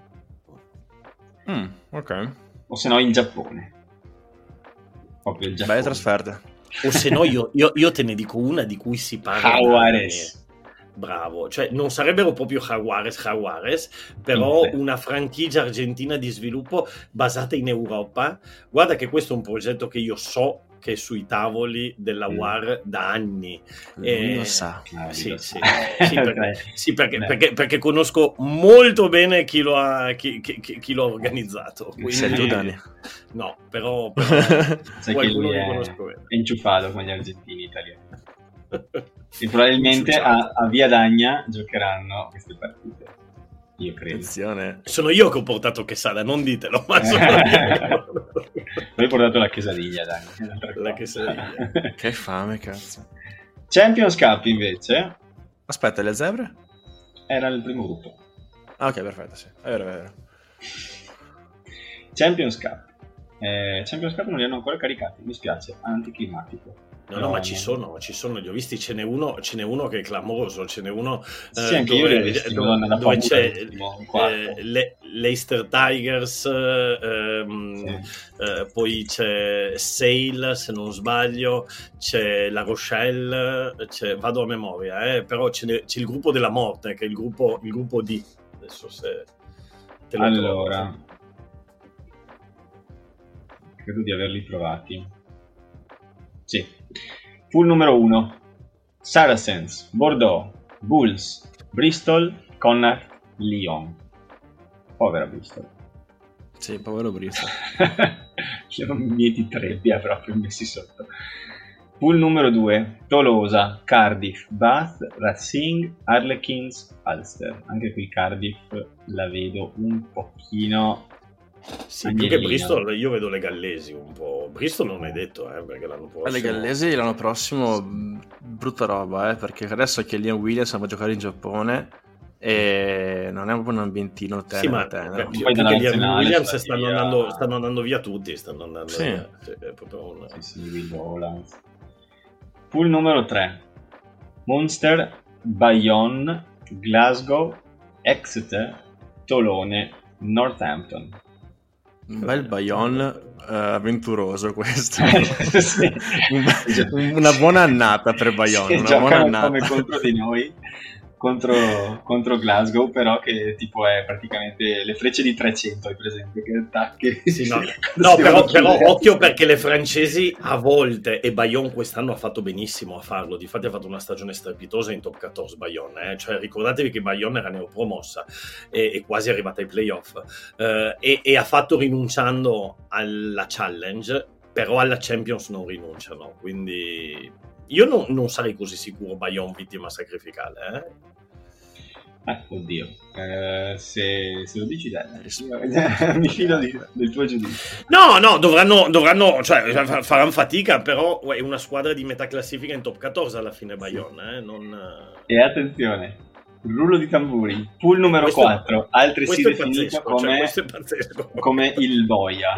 Mm, ok. O se no in Giappone. Proprio il Giappone. Belle trasferte. O se no io, io, io te ne dico una di cui si parla da anni. Jaguares. Bravo, cioè non sarebbero proprio Jaguares Jaguares, però Sì. una franchigia argentina di sviluppo basata in Europa. Guarda che questo è un progetto che io so che è sui tavoli della Mm. W A R da anni. Lui Eh, lo sa. Ah, Sì, lo sì, so. sì, perché, Dai. sì, perché, Dai. perché- perché conosco molto bene chi lo ha, chi, chi- chi- chi lo ha organizzato. Quindi, Sei tu, Dani. No, però, però Sai che qualcuno lui che è, conosco bene. è inciuffato con gli argentini italiani. E probabilmente a, a Via Dagna giocheranno queste partite. Io credo. Attenzione. Sono io che ho portato Quesada, non ditelo, ma sono io. Poi ho portato la quesadilla, dai. La quesadilla. Che fame, cazzo. Champions Cup invece Aspetta, le zebre? era il primo gruppo. Ah, ok, perfetto, sì. È vero, è vero. Champions Cup. Eh, Champions Cup non li hanno ancora caricati, mi spiace, anticlimatico. No, no, ma ci sono, ci sono, li ho visti, ce n'è uno, ce n'è uno che è clamoroso, ce n'è uno Sì, anche io li ho visti, Madonna, da dove paura, c'è l'ultimo quarto. eh, le, Leicester Tigers, ehm, Sì. eh, poi c'è Sale, se non sbaglio, c'è La Rochelle, c'è, vado a memoria, eh, però c'è, ne- c'è il gruppo della morte, che è il gruppo, il gruppo D. Adesso se te lo Allora, trovo. credo di averli trovati. Sì. Pool numero uno. Saracens, Bordeaux, Bulls, Bristol, Connacht, Lyon. Povera Bristol. Sì, povero Bristol. Io mieti trebbia proprio messi sotto. Pool numero due. Tolosa, Cardiff, Bath, Racing, Harlequins, Ulster. Anche qui Cardiff la vedo un pochino... Sì, più che Agnellina. Bristol, io vedo le gallesi un po'. Bristol non è detto, eh, perché l'anno prossimo... Le gallesi l'anno prossimo mh, brutta roba, eh, perché adesso che Liam Williams va a giocare in Giappone e non è proprio un ambientino tenero, Sì, ma tenero. beh, più, Poi più dalla che Liam nazionale Williams sta stanno via- andando, stanno andando via tutti, stanno andando Sì. via. Sì, è proprio un... Sì, sì, Will Rowlands. Pool numero tre. Munster, Bayonne, Glasgow, Exeter, Tolone, Northampton. Un bel Bayonne eh, avventuroso questo. Sì. Un- una buona annata per Bayonne, Sì, una buona giocano annata. come contro di noi, contro, contro Glasgow, però che tipo è praticamente le frecce di trecento, hai presente? Che attacchi. Sì, no, Quando no, si però, vanno a però chiudere. occhio perché le francesi a volte, e Bayonne quest'anno ha fatto benissimo a farlo, difatti ha fatto una stagione strepitosa in top quattordici Bayonne, eh? Cioè ricordatevi che Bayonne era neopromossa e, e quasi arrivata ai playoff, eh, e, e ha fatto rinunciando alla challenge, però alla Champions non rinunciano, quindi io non, non sarei così sicuro Bayonne vittima sacrificale, eh? Eh, oddio, eh, se, se lo dici dai, io- mi fido di- del tuo giudizio. No, no, dovranno, dovranno cioè, fa- faranno fatica, però uè, è una squadra di metà classifica in top quattordici alla fine Bayonne, eh? Non... E attenzione, rullo di tamburi, pool numero Questo- quattro, altresì questo è definito pazzesco, come, cioè, questo è pazzesco. come il boia.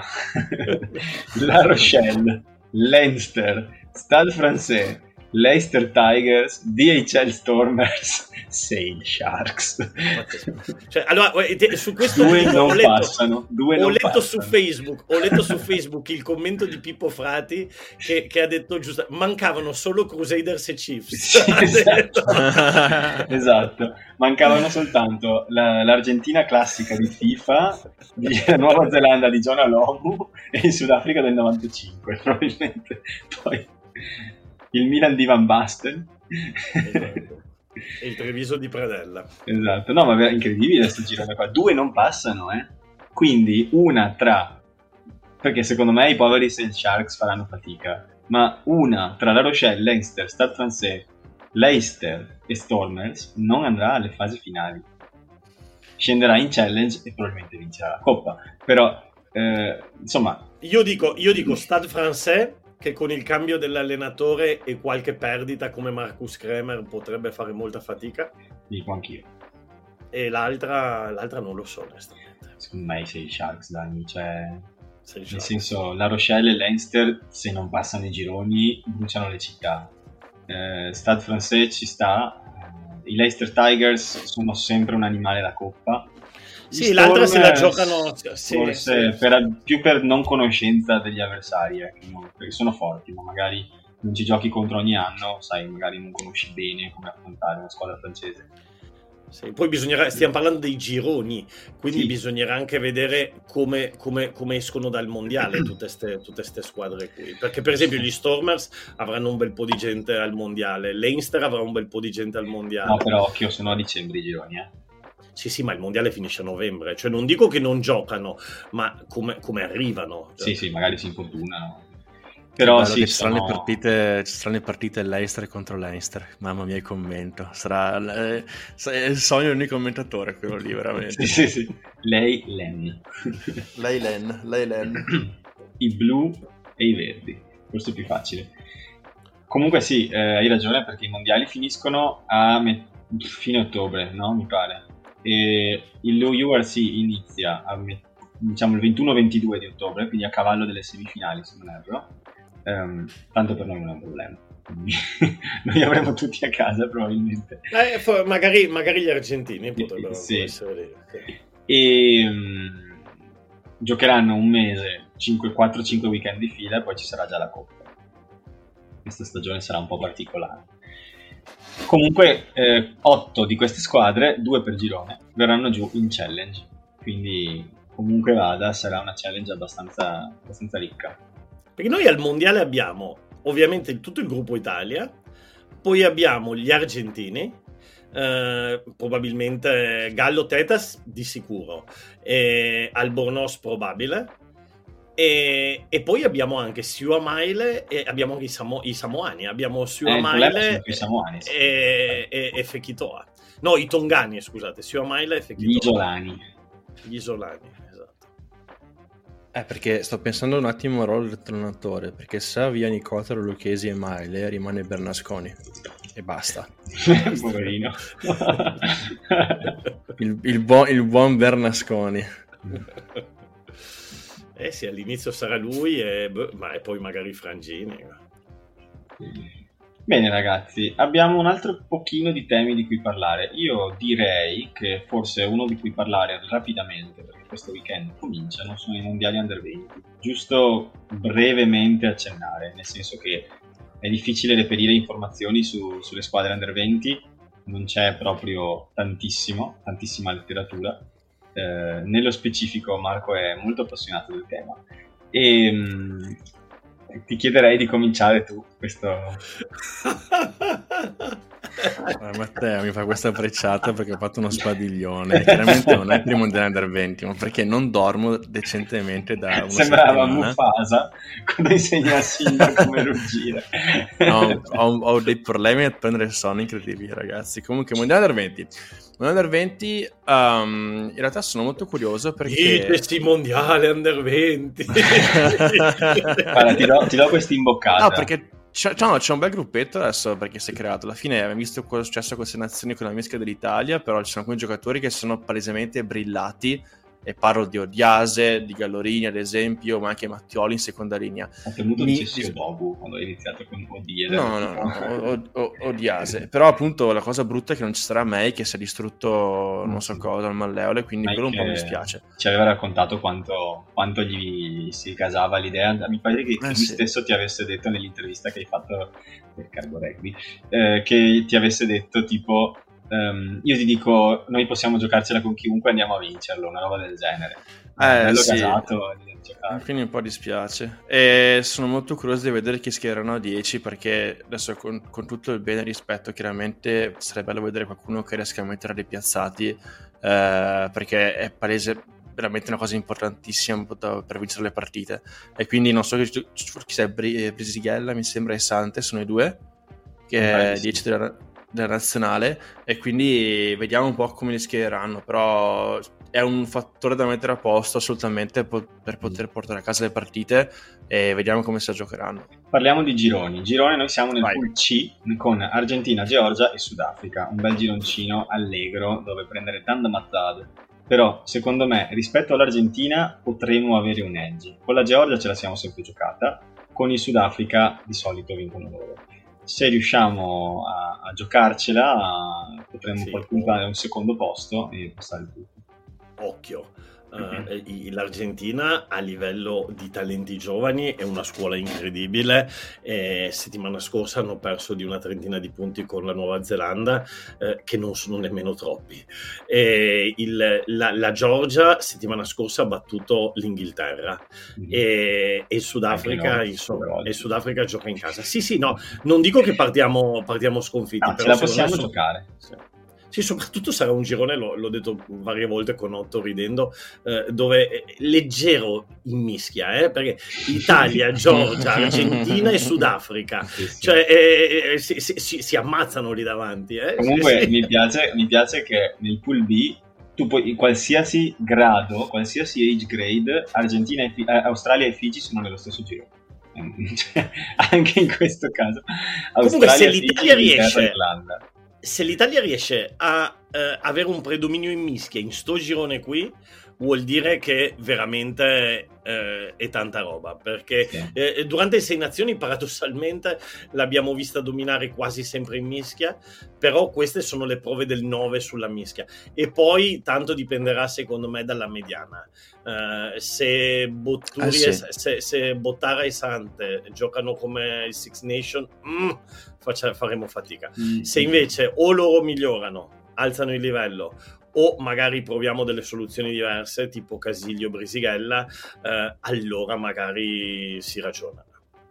La Rochelle, Leinster, Stade Français, Leicester Tigers, D H L Stormers, Sale Sharks. Cioè, allora, uè, te- su questo Due ho non letto, passano, due ho non letto passano. su Facebook, ho letto su Facebook il commento di Pippo Frati che, che ha detto giusto, mancavano solo Crusaders e Chiefs. Sì, Ha detto. esatto. Esatto. Mancavano soltanto la- l'Argentina classica di FIFA, di- la Nuova Zelanda di John Alomu e il Sudafrica del novantacinque, probabilmente. Poi il Milan di Van Basten. Esatto. E il Treviso di Pradella. Esatto, no, ma è incredibile sto girone qua. Due non passano, eh. Quindi una tra, perché secondo me i poveri Sale Sharks faranno fatica, ma una tra La Rochelle, Leinster, Stade Français, Leicester e Stormers non andrà alle fasi finali. scenderà in challenge e probabilmente vincerà la coppa. Però eh, insomma io dico, io dico Stade Français, che con il cambio dell'allenatore e qualche perdita come Marcus Kremer potrebbe fare molta fatica. Dico anch'io. E l'altra, l'altra non lo so onestamente. Secondo me sei Sharks, Dani, cioè Sei nel Sharks. senso La Rochelle e Leinster, se non passano i gironi, bruciano le città. eh, Stade Français ci sta, eh, i Leicester Tigers sono sempre un animale da coppa. Sì, l'altra se la giocano sì, forse sì. Per, più per non conoscenza degli avversari, eh, perché sono forti, ma magari non ci giochi contro ogni anno, sai, magari non conosci bene come affrontare una squadra francese. Sì, poi bisognerà, stiamo parlando dei gironi, quindi sì. bisognerà anche vedere come, come, come escono dal mondiale tutte queste squadre qui, perché per esempio gli Stormers avranno un bel po' di gente al mondiale, Leinster avrà un bel po' di gente al mondiale. No, però occhio, sono a dicembre i gironi, eh. Sì, sì, ma il mondiale finisce a novembre, cioè non dico che non giocano, ma come, come arrivano. Cioè. Sì, sì, magari si infortunano. Però sì, ci sono... saranno le partite, ci saranno le partite Leicester contro Leinster. Mamma mia, il commento sarà eh, il sogno di ogni commentatore, quello lì veramente. Sì, sì, sì. Lei, Len. Lei Len, lei Len. I blu e i verdi, forse è più facile. Comunque sì, eh, hai ragione, perché i mondiali finiscono a me- fine ottobre, no? Mi pare. E il U R C inizia a me- diciamo il ventuno ventidue di ottobre, quindi a cavallo delle semifinali, se non erro. Um, tanto per noi non è un problema. Noi avremo tutti a casa probabilmente. Eh, for- magari, magari gli argentini potrebbero sì. essere lì. Sì. E um, giocheranno un mese, quattro cinque weekend di fila, e poi ci sarà già la coppa. Questa stagione sarà un po' particolare. Comunque eh, otto di queste squadre, due per girone, verranno giù in challenge, quindi comunque vada sarà una challenge abbastanza, abbastanza ricca. Perché noi al mondiale abbiamo ovviamente tutto il gruppo Italia, poi abbiamo gli argentini, eh, probabilmente Gallo Tetas di sicuro, e Albornoz probabile, e, e poi abbiamo anche Siua Maile e abbiamo anche i, Samo, i Samoani, abbiamo Siua eh, Maile i Samoani, sì. e, e, e Fekitoa. No, i Tongani, scusate, Siua Maile e Fekitoa. Gli isolani. Gli isolani. Eh, perché sto pensando un attimo al ruolo del allenatore, perché se via Nicotero, Lucchesi e Maile rimane Bernasconi e basta. Poverino. il, il, buon, il buon Bernasconi. Eh sì, all'inizio sarà lui e, ma, e poi magari Frangini. Bene ragazzi, abbiamo un altro pochino di temi di cui parlare. Io direi che forse uno di cui parlare rapidamente, perché questo weekend cominciano, sono i mondiali under venti. Giusto brevemente accennare, nel senso che è difficile reperire informazioni su, sulle squadre under venti, non c'è proprio tantissimo, tantissima letteratura. Eh, nello specifico Marco è molto appassionato del tema e mh, ti chiederei di cominciare tu questo. Allora, Matteo mi fa questa frecciata perché ho fatto uno spadiglione. Chiaramente non è per i mondiali under venti, ma perché non dormo decentemente da una sembrava settimana. Mufasa quando insegna a Simba come ruggire. No, ho, ho dei problemi a prendere il sonno incredibili, ragazzi. Comunque mondiali under venti mondiali under venti um, in realtà sono molto curioso perché questi mondiali under venti. Guarda, ti do, ti do questa imboccata. No, perché c'è, no, c'è un bel gruppetto adesso perché si è creato. Alla fine abbiamo visto cosa è successo a queste nazioni con la mischia dell'Italia, però ci sono alcuni giocatori che sono palesemente brillati, e parlo di Odiase, di Gallorini ad esempio, ma anche Mattioli in seconda linea. Ho temuto Mi... dicessi Odogu quando hai iniziato con Odiase. No, no, no, o, o, Odiase. Però appunto la cosa brutta è che non ci sarà May, che si è distrutto non so cosa al malleole, quindi May, quello un po' mi spiace. Ci aveva raccontato quanto, quanto gli si casava l'idea. Mi pare che eh, lui sì. stesso ti avesse detto nell'intervista che hai fatto per Cargo Rugby, eh, che ti avesse detto tipo um, io ti dico noi possiamo giocarcela con chiunque, andiamo a vincerlo, una roba del genere. Eh, bello sì. casato, quindi un po' dispiace, e sono molto curioso di vedere chi schierano a dieci, perché adesso con, con tutto il bene e rispetto chiaramente sarebbe bello vedere qualcuno che riesca a mettere dei piazzati, eh, perché è palese veramente una cosa importantissima per vincere le partite. E quindi non so chi, chi sia Brisighella, mi sembra, e Sante sono i due che dieci della... della nazionale, e quindi vediamo un po' come li schiereranno, però è un fattore da mettere a posto assolutamente po- per poter portare a casa le partite, e vediamo come si giocheranno. Parliamo di gironi. Girone, noi siamo nel Vai. pool C con Argentina, Georgia e Sudafrica, un bel gironcino allegro dove prendere tanta mazzata. Però secondo me rispetto all'Argentina potremo avere un edge. Con la Georgia ce la siamo sempre giocata, con il Sudafrica di solito vincono loro. Se riusciamo a, a giocarcela potremmo Sì. poi puntare a un secondo posto e passare il tutto. Occhio, uh, l'Argentina a livello di talenti giovani è una scuola incredibile. E settimana scorsa hanno perso di una trentina di punti con la Nuova Zelanda, eh, che non sono nemmeno troppi. E il, la, la Georgia settimana scorsa ha battuto l'Inghilterra, Mm. e, e il Sudafrica, Anche no, insomma, però. e il Sudafrica gioca in casa. Sì, sì, no, non dico che partiamo, partiamo sconfitti, No, ce però la possiamo secondo me giocare. sono- Sì, soprattutto sarà un girone, l'ho, l'ho detto varie volte con Otto ridendo, eh, dove è leggero in mischia, eh, perché Italia, Georgia, Argentina e Sudafrica, Sì, sì. cioè eh, eh, si, si- si- si ammazzano lì davanti. Eh. Comunque Sì, sì. mi piace, mi piace che nel pool B tu puoi, in qualsiasi grado, qualsiasi age grade, Argentina e Fi- eh, Australia e Figi sono nello stesso giro. Ehm, cioè, anche in questo caso. Comunque, se Australia, l'Italia Figi, Inghilterra, riesce- Irlanda. Se l'Italia riesce a eh, avere un predominio in mischia in sto girone qui, vuol dire che veramente eh, è tanta roba, perché Sì. eh, durante le Sei Nazioni paradossalmente l'abbiamo vista dominare quasi sempre in mischia, però queste sono le prove del nove sulla mischia, e poi tanto dipenderà secondo me dalla mediana. Eh, se Botturi Ah, sì. e, se, se Bottara e Sante giocano come il Six Nation, mm, faccia- faremo fatica. Mm. Se invece o loro migliorano, alzano il livello, o magari proviamo delle soluzioni diverse tipo Casiglio, Brisighella, eh, allora magari si ragiona.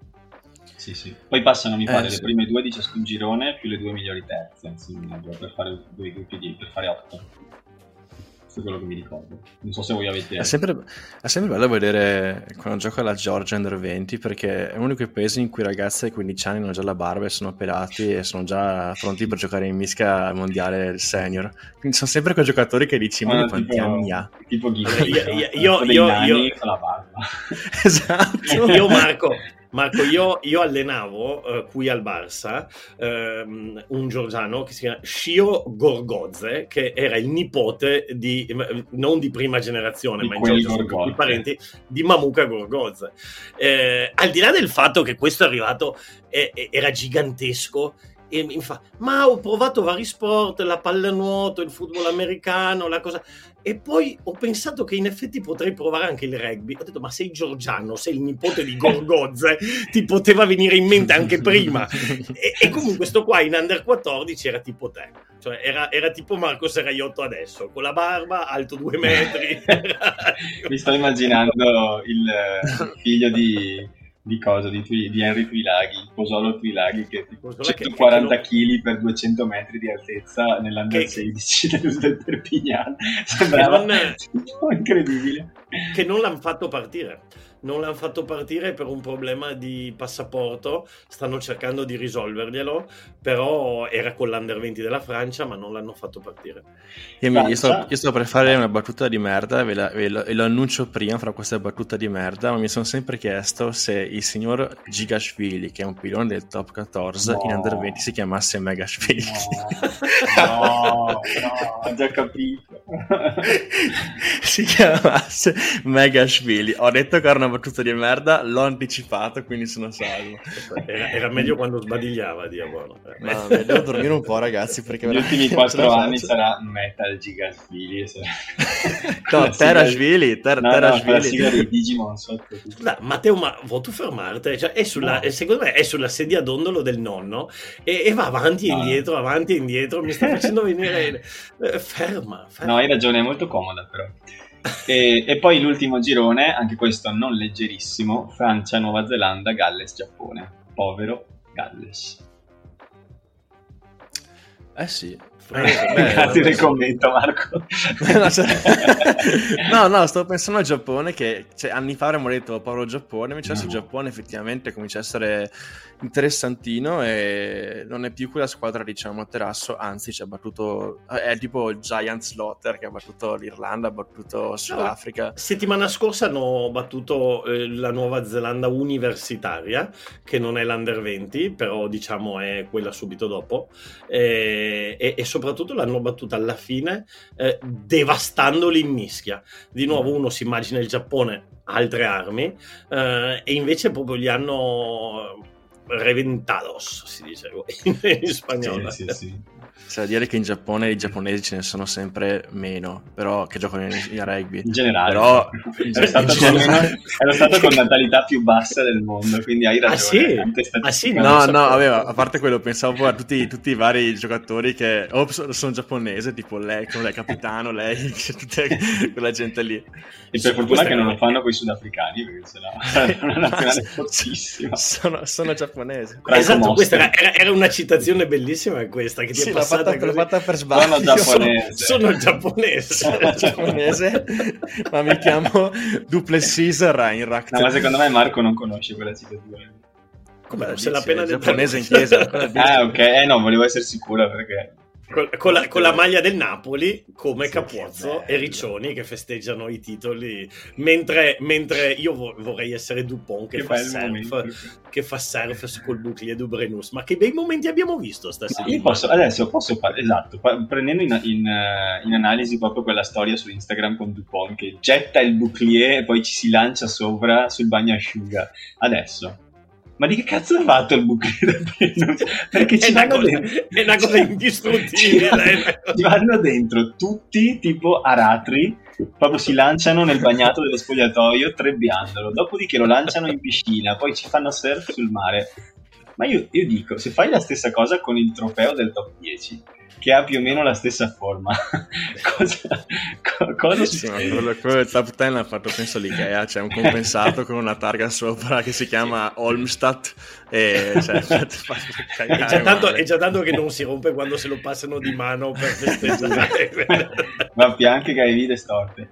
Sì, sì. Poi passano, mi Eh, pare, sì. le prime due di ciascun girone più le due migliori terze, insomma, per fare due gruppi di, per fare otto. Questo è quello che mi ricordo. Non so se voi avete... È sempre, è sempre bello vedere quando gioca la Georgia Under venti, perché è uno di quei paesi in cui i ragazzi ai quindici anni hanno già la barba e sono pelati e sono già pronti per giocare in mischia mondiale senior. Quindi sono sempre quei giocatori che dici, ma Ah, lui quanti tipo- anni ha? Tipo Ghibli, Allora, io- no? io- io- Tipo dei io- nani io- con la barba. Esatto. Io Marco, Marco io, io allenavo eh, qui al Barça ehm, un georgiano che si chiama Shio Gorgodze, che era il nipote di, non di prima generazione, Di ma in quel Georgia sono tutti Gorgodze. parenti, di Mamuka Gorgodze. Eh, al di là del fatto che questo è arrivato, eh, era gigantesco, e mi fa, ma ho provato vari sport, la pallanuoto, il football americano, la cosa... E poi ho pensato che in effetti potrei provare anche il rugby. Ho detto, ma sei georgiano, sei il nipote di Gorgodze, ti poteva venire in mente anche prima. E, e comunque sto qua in under quattordici era tipo te, cioè era, era tipo Marco Serraiotto adesso, con la barba, alto due metri. Mi sto immaginando il figlio di, di cosa, di, Tui- di Henry Tuilaghi, il Posolo Tuilaghi, che è tipo Posola che- centoquaranta che chili per duecento metri di altezza nell'Under Che- sedici del, del Perpignan. Sembrava non- incredibile. che non l'hanno fatto partire. Non l'hanno fatto partire per un problema di passaporto, stanno cercando di risolverglielo, però era con l'Under venti della Francia, ma non l'hanno fatto partire. Io, mi- io sto, Francia. io sto per fare una battuta di merda, ve, la- ve lo, ve lo annuncio prima fra questa battuta di merda, ma mi sono sempre chiesto se il signor Gigashvili, che è un pilone del top quattordici, No. in Under venti si chiamasse Megashvili. No, no, no, ho già capito. Si chiamasse Megashvili. Ho detto che era una battuta di merda, l'ho anticipato, quindi sono salvo. Era, era meglio quando sbadigliava, diavolo. Ma devo dormire un po', ragazzi, perché Gli veramente ultimi non ce la quattro anni faccio. sarà Metal Gigasvili. No, Terashvili, ter- no, no, la Terashvili. sigla dei Digimon sotto. Dai, Matteo, ma vuoi tu fermarti? Cioè, è sulla, No. secondo me è sulla sedia dondolo del nonno e, e va avanti e No. indietro, avanti e indietro. Mi sta facendo venire. eh, ferma, ferma. No, hai ragione, è molto comoda però. E, e poi l'ultimo girone, anche questo non leggerissimo, Francia, Nuova Zelanda, Galles, Giappone. Povero Galles. Eh sì, Grazie del commento, Marco. no, cioè... no, no, stavo pensando al Giappone, che cioè, anni fa avremmo detto povero Giappone, invece adesso no. Il Giappone effettivamente comincia a essere interessantino e non è più quella squadra, diciamo, a terasso, anzi ci ha battuto, è tipo il Giant Slaughter che ha battuto l'Irlanda, ha battuto Sudafrica. No, settimana scorsa hanno battuto eh, la Nuova Zelanda universitaria, che non è l'Under venti, però diciamo è quella subito dopo, e, e, e soprattutto l'hanno battuta alla fine eh, devastandoli in mischia. Di nuovo uno si immagina il Giappone altre armi eh, e invece proprio li hanno reventados, si dice in, in spagnolo. Sì, sì, sì. C'è da dire che in Giappone i giapponesi ce ne sono sempre meno, però che giocano in, in rugby. In generale, però in era, stato generale... è lo stato con natalità più bassa del mondo, quindi hai ragione. Ah sì? Ah, sì? No, no, aveva, a parte quello, pensavo a tutti, tutti i vari giocatori che oh, sono, sono giapponese, tipo lei, lei capitano, lei, tutta quella gente lì. E per fortuna che non lo fanno con i sudafricani, perché sennò è una nazionale fortissima. Sono, sono giapponesi. Esatto, questa era, era, era una citazione bellissima questa che ti sì, è passata. L'ho fatta per sbaglio. Sono giapponese. Sono, sono giapponese. Sono giapponese, ma mi chiamo Duplessis Reinracht. No, ma secondo me Marco non conosce quella citazione. Come se l'ha appena detto? Giapponese in chiesa. Ah, ok. Eh no, volevo essere sicuro perché... Con, con, la, con la maglia del Napoli come sì, Capozzo e Riccioni che festeggiano i titoli mentre, mentre io vo- vorrei essere Dupont che, che fa surf che fa surf col bouclier du Brennus. Ma che bei momenti abbiamo visto stasera. Io posso, adesso posso fare esatto prendendo in, in, in analisi proprio quella storia su Instagram con Dupont che getta il bouclier e poi ci si lancia sopra sul bagnasciuga. Adesso ma di che cazzo ha fatto il bouclier da Brennus? Perché ci è, vanno una cosa, dentro... è una cosa indistruttibile. Ci vanno dentro tutti tipo aratri, proprio si lanciano nel bagnato dello spogliatoio trebbiandolo, dopodiché lo lanciano in piscina, poi ci fanno surf sul mare. Ma io, io dico, se fai la stessa cosa con il trofeo del top dieci, che ha più o meno la stessa forma, cosa, co- cosa sì, succede? Quello, quello del top dieci l'ha fatto penso l'Ikea, c'è un compensato con una targa sopra che si chiama Olmstadt e cioè, è, già tanto, è già tanto che non si rompe quando se lo passano di mano per festeggiare. Ma pianche che hai vide storte.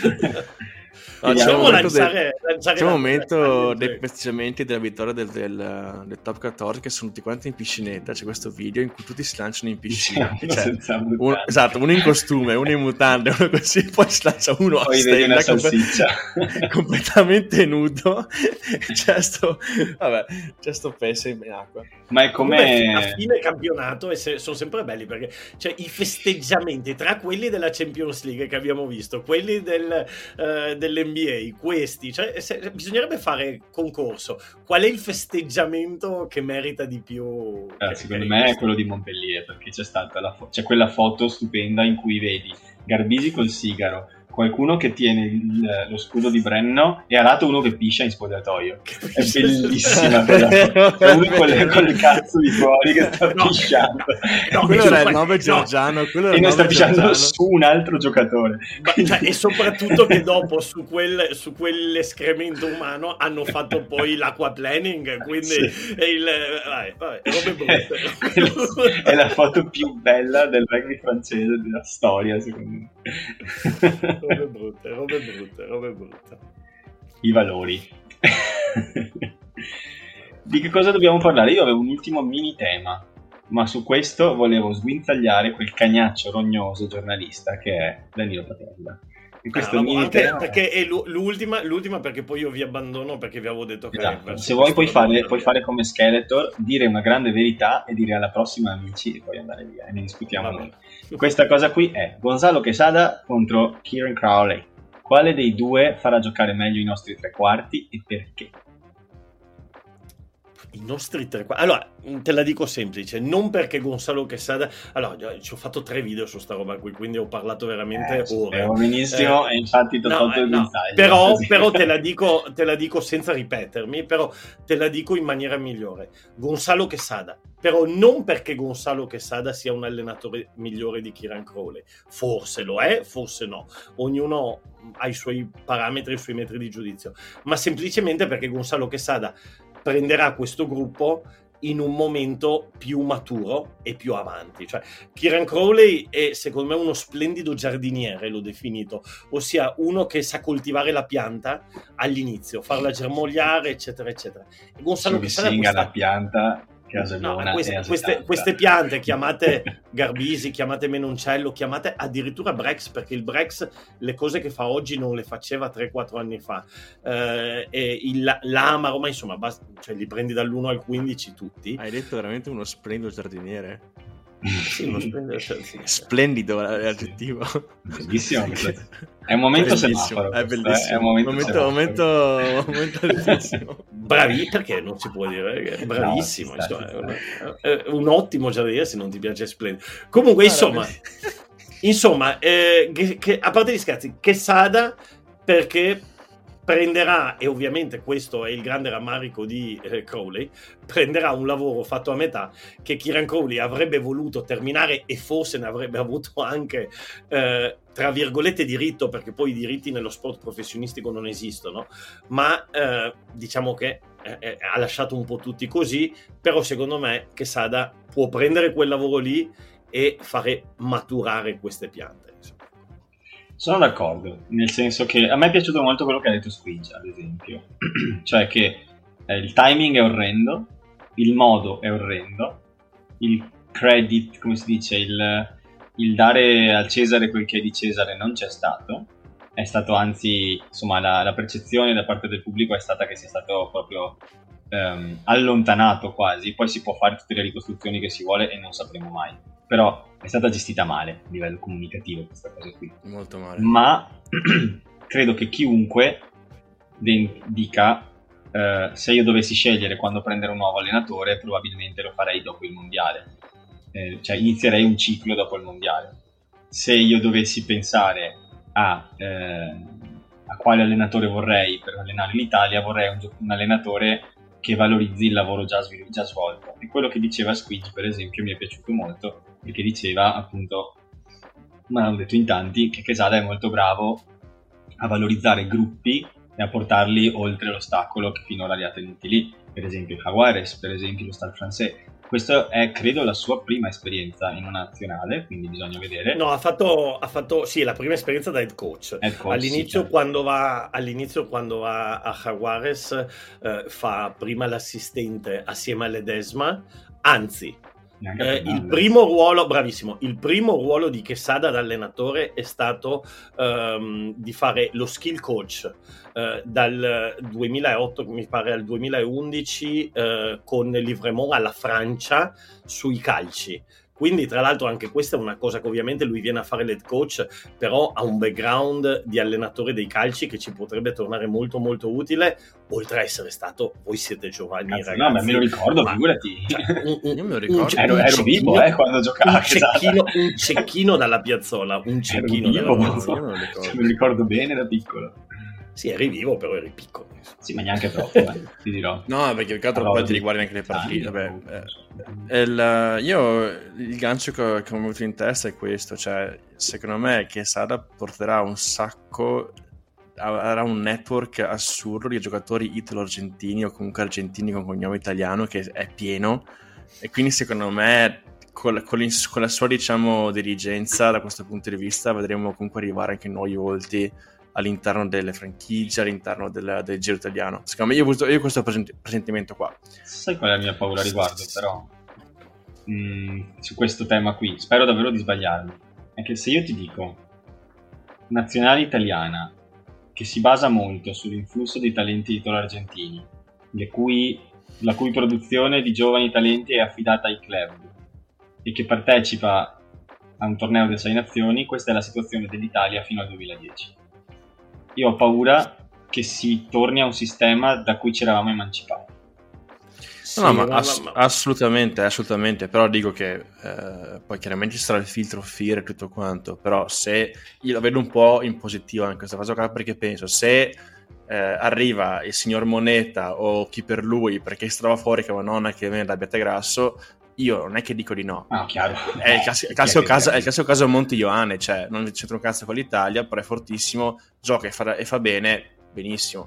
No, c'è un momento, lanciare, del, lanciare c'è un momento dei festeggiamenti della vittoria del, del, del top quattordici che sono tutti quanti in piscinetta. C'è questo video in cui tutti si lanciano in piscina, sì, cioè, un, esatto, uno in costume, uno in mutande, uno così, poi si lancia uno poi a stella complet- completamente nudo. C'è sto, vabbè, c'è sto pesce in acqua. Ma è come a fine campionato e se, sono sempre belli perché cioè, i festeggiamenti tra quelli della Champions League che abbiamo visto, quelli del, uh, delle N B A, questi, cioè se, bisognerebbe fare concorso. Qual è il festeggiamento che merita di più? Eh, secondo me è quello di Montpellier, perché c'è stata la fo- c'è quella foto stupenda in cui vedi Garbisi col sigaro, qualcuno che tiene il, lo scudo di Brenno e a lato uno che piscia in spogliatoio. È bellissima quella foto. Uno con le, con le cazzo di fuori che sta no, pisciando. No, quello era il nove Giorgiano, quello e non sta pisciando Giorgiano. Su un altro giocatore. Ma, cioè, e soprattutto che dopo su, quel, su quell'escremento umano hanno fatto poi l'acquaplaning, quindi sì. il, vai, vai, robe brutte. È la foto più bella del rugby francese della storia, secondo me. Robe brutte, robe brutte, robe brutte. I valori. Di che cosa dobbiamo parlare? Io avevo un ultimo mini tema, ma su questo volevo sguinzagliare quel cagnaccio rognoso giornalista che è Danilo Patella. E questo ah, mini anche tema perché è l'ultima, l'ultima perché poi io vi abbandono perché vi avevo detto che esatto. Se vuoi puoi fare, puoi fare come Skeletor, dire una grande verità e dire alla prossima amici e poi andare via e ne discutiamo noi. Questa cosa qui è Gonzalo Quesada contro Kieran Crowley. Quale dei due farà giocare meglio i nostri tre quarti e perché? I nostri tre quarti. Allora, te la dico semplice, non perché Gonzalo Quesada. Allora, ci ho fatto tre video su sta roba qui, quindi ho parlato veramente eh, ore. benissimo, eh, e infatti ti ho no, tolto eh, il no, guinzaglio. Però, però te la dico, te la dico senza ripetermi, però te la dico in maniera migliore. Gonzalo Quesada, però non perché Gonzalo Quesada sia un allenatore migliore di Kieran Crowley. Forse lo è, forse no. Ognuno ha i suoi parametri, i suoi metri di giudizio, ma semplicemente perché Gonzalo Quesada prenderà questo gruppo in un momento più maturo e più avanti. Cioè, Kieran Crowley è secondo me uno splendido giardiniere, l'ho definito, ossia uno che sa coltivare la pianta all'inizio, farla germogliare, eccetera, eccetera. E Gonzalo Quesada questa... la pianta No, queste, queste, queste piante chiamate Garbisi, chiamate Menoncello, chiamate addirittura Brex, perché il Brex le cose che fa oggi non le faceva tre quattro anni fa, eh, e il, l'Amaro, ma insomma basta, cioè, li prendi dall'uno al quindici tutti. Hai detto veramente uno splendido giardiniere. Sì, uno splendido giardiniere. Splendido l'aggettivo. Bellissimo. È un momento semaforo. È bellissimo. È un momento, momento, momento, momento bellissimo. Bravi, perché non si può dire bravissimo, no, insomma, sta, sta. È un, un ottimo giardiniere se non ti piace splendido. Comunque, insomma, insomma, eh, che, che, a parte gli scherzi, Quesada perché prenderà, e ovviamente questo è il grande rammarico di eh, Crowley, prenderà un lavoro fatto a metà che Kieran Crowley avrebbe voluto terminare e forse ne avrebbe avuto anche eh, tra virgolette diritto, perché poi i diritti nello sport professionistico non esistono, ma eh, diciamo che eh, eh, ha lasciato un po' tutti così, però secondo me Quesada può prendere quel lavoro lì e fare maturare queste piante. Sono d'accordo, nel senso che a me è piaciuto molto quello che ha detto Squidge, ad esempio, cioè che eh, il timing è orrendo, il modo è orrendo, il credit, come si dice, il, il dare al Cesare quel che è di Cesare non c'è stato, è stato anzi, insomma, la, la percezione da parte del pubblico è stata che sia stato proprio ehm, allontanato quasi, poi si può fare tutte le ricostruzioni che si vuole e non sapremo mai. Però è stata gestita male a livello comunicativo questa cosa qui. Molto male. Ma credo che chiunque de- dica eh, se io dovessi scegliere quando prendere un nuovo allenatore, probabilmente lo farei dopo il mondiale. Eh, cioè inizierei un ciclo dopo il mondiale. Se io dovessi pensare a, eh, a quale allenatore vorrei per allenare l'Italia, vorrei un, un allenatore che valorizzi il lavoro già, svil- già svolto. E quello che diceva Squidge, per esempio, mi è piaciuto molto, perché diceva appunto, ma l'hanno detto in tanti, che Quesada è molto bravo a valorizzare gruppi e a portarli oltre l'ostacolo che finora li ha tenuti lì, per esempio il Jaguares, per esempio lo Stade Français. Questo è, credo, la sua prima esperienza in una nazionale, quindi bisogna vedere. No, ha fatto, ha fatto sì, la prima esperienza da head coach. Head coach all'inizio, sì, quando va, all'inizio, quando va a Jaguares, eh, fa prima l'assistente assieme a Ledesma, anzi, eh, il primo ruolo, bravissimo, il primo ruolo di Quesada da allenatore è stato um, di fare lo skill coach uh, dal duemilaotto, mi pare, al duemilaundici uh, con Livremont alla Francia sui calci. Quindi, tra l'altro, anche questa è una cosa che ovviamente lui viene a fare l'head coach, però ha un background di allenatore dei calci che ci potrebbe tornare molto molto utile, oltre a essere stato, voi siete giovani, Cazzo, ragazzi. No, ma me lo ricordo, ma, figurati. Cioè, un, un, Io me lo ricordo. Un, ero, un ero vivo eh, quando giocavo. Un cecchino, un cecchino dalla piazzola, un cecchino vivo, dalla piazzola. Io me lo ricordo. Me lo ricordo bene da piccolo. Sì, eri vivo, però eri piccolo. Sì, ma neanche troppo, eh, ti dirò. No, perché il altro poi ti riguardi anche le partite. Vabbè, eh, il, io il gancio che, che mi è venuto in testa è questo, cioè secondo me Quesada porterà un sacco, avrà un network assurdo di giocatori italo-argentini o comunque argentini con cognome italiano che è pieno, e quindi secondo me con, con, con la sua, diciamo, dirigenza da questo punto di vista vedremo comunque arrivare anche nuovi volti all'interno delle franchigie, all'interno del, del giro italiano. Secondo me io ho, avuto, io ho questo present- presentimento qua. Sai qual è la mia paura a riguardo, però? Mm, su questo tema qui, spero davvero di sbagliarmi, è che se io ti dico nazionale italiana che si basa molto sull'influsso dei talenti italo-argentini, le cui, la cui produzione di giovani talenti è affidata ai club e che partecipa a un torneo delle sei nazioni, questa è la situazione dell'Italia fino al duemiladieci. Io ho paura che si torni a un sistema da cui ci eravamo emancipati. No, no, ma ass- assolutamente, assolutamente, però dico che eh, poi chiaramente ci sarà il filtro F I R e tutto quanto, però se io la vedo un po' in positivo anche questa fase qua, perché penso se eh, arriva il signor Moneta o chi per lui perché si trova fuori che una nonna che viene da Abbiategrasso, io non è che dico di no. Ah, chiaro. È il classico, classico caso, è il classico caso Monti Ioane, cioè non c'entra un cazzo con l'Italia, però è fortissimo, gioca e fa, e fa bene, benissimo.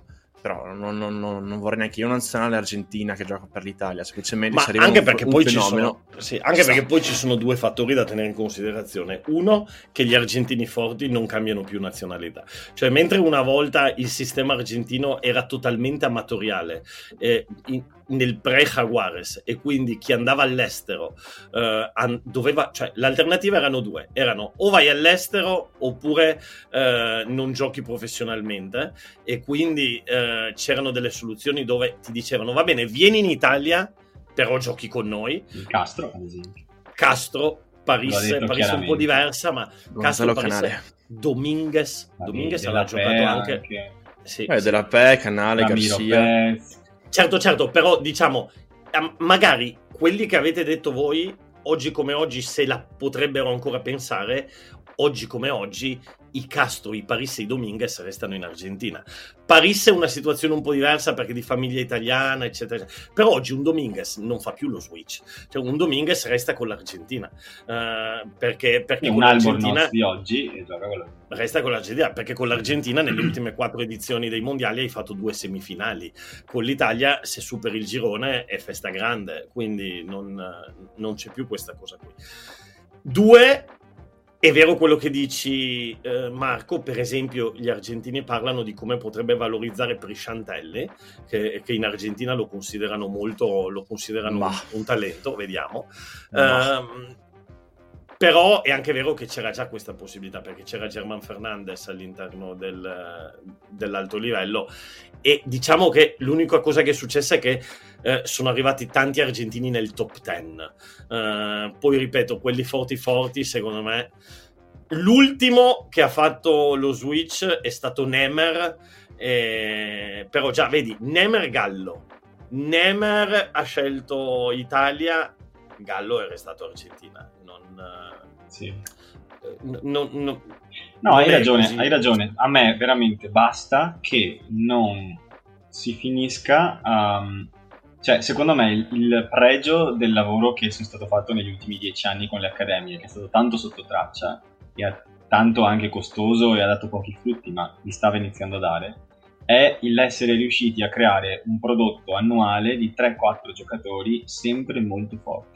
però non, non, non, non vorrei neanche io una nazionale argentina che gioca per l'Italia, semplicemente ma se arriva anche un, perché un poi fenomeno. Ci sono, sì, anche perché poi ci sono due fattori da tenere in considerazione. Uno, che gli argentini forti non cambiano più nazionalità, cioè mentre una volta il sistema argentino era totalmente amatoriale eh, in, nel pre-Jaguares, e quindi chi andava all'estero eh, an- doveva, cioè l'alternativa erano due, erano o vai all'estero oppure eh, non giochi professionalmente, e quindi eh, c'erano delle soluzioni dove ti dicevano va bene, vieni in Italia però giochi con noi. Il Castro ad esempio, Castro, Paris, Paris è un po' diversa, ma Castro, Paris, Dominguez Dominguez aveva giocato anche, anche... Sì, eh, sì. Della Pe, Canale, Ramiro Garcia Pez. Certo, certo, però diciamo, magari quelli che avete detto voi, oggi come oggi, se la potrebbero ancora pensare, oggi come oggi, i Castro, i Paris e i Dominguez restano in Argentina. Paris è una situazione un po' diversa perché di famiglia italiana, eccetera, eccetera. Però oggi un Dominguez non fa più lo switch, cioè un Dominguez resta con l'Argentina, uh, perché, perché un con l'Argentina di oggi e gioca con l'Argentina. Resta con l'Argentina, perché con l'Argentina nelle ultime quattro edizioni dei mondiali hai fatto due semifinali, con l'Italia se superi il girone è festa grande, quindi non, non c'è più questa cosa qui. Due, è vero quello che dici eh, Marco, per esempio gli argentini parlano di come potrebbe valorizzare Prisciantelli, che, che in Argentina lo considerano molto, lo considerano un, un talento, vediamo. Um, Però è anche vero che c'era già questa possibilità, perché c'era German Fernandez all'interno del, dell'alto livello, e diciamo che l'unica cosa che è successa è che eh, sono arrivati tanti argentini nel top dieci. Uh, poi ripeto, quelli forti forti, secondo me, l'ultimo che ha fatto lo switch è stato Nemer, eh, però già vedi, Nemer Gallo, Nemer ha scelto Italia, Gallo è restato Argentina. Sì. No, no, no, no hai ragione, così. hai ragione. A me veramente basta che non si finisca um, cioè secondo me il, il pregio del lavoro che è stato fatto negli ultimi dieci anni con le accademie, che è stato tanto sotto traccia e ha tanto anche costoso e ha dato pochi frutti, ma li stava iniziando a dare, è l'essere riusciti a creare un prodotto annuale di tre quattro giocatori sempre molto forti.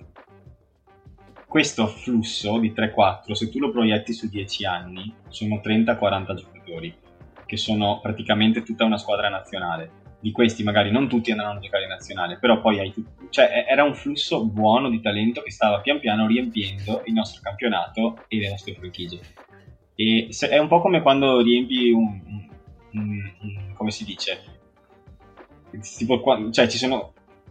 Questo flusso di tre quattro, se tu lo proietti su dieci anni, sono trenta quaranta giocatori, che sono praticamente tutta una squadra nazionale. Di questi magari non tutti andranno a giocare in nazionale, però poi hai tutti. Cioè era un flusso buono di talento che stava pian piano riempiendo il nostro campionato e le nostre franchigie. E se, è un po' come quando riempi un, un, un, un come si dice? Tipo, cioè ci sono...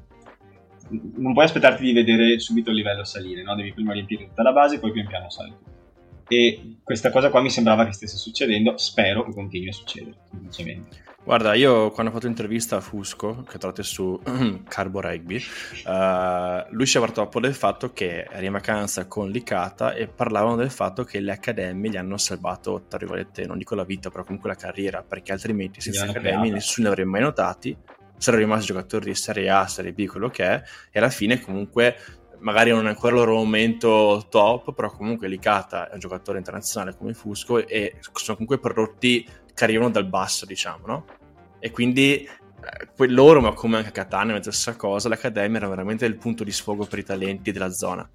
non puoi aspettarti di vedere subito il livello salire, no? Devi prima riempire tutta la base e poi pian piano sali tutto. E questa cosa qua mi sembrava che stesse succedendo, spero che continui a succedere, semplicemente. Guarda, io quando ho fatto l'intervista a Fusco, che trovate su Carbo Rugby, uh, lui si è parlato del fatto che era in vacanza con Licata e parlavano del fatto che le accademie gli hanno salvato, tra virgolette, non dico la vita, però comunque la carriera, perché altrimenti senza accademie nessuno li avrebbe mai notati, sarebbero rimasti giocatori di Serie A, Serie B, quello che è, e alla fine comunque magari non è ancora il loro momento top, però comunque Licata è un giocatore internazionale come Fusco e sono comunque prodotti che arrivano dal basso, diciamo, no? E quindi eh, loro, ma come anche Catania, la stessa cosa, l'Accademia era veramente il punto di sfogo per i talenti della zona.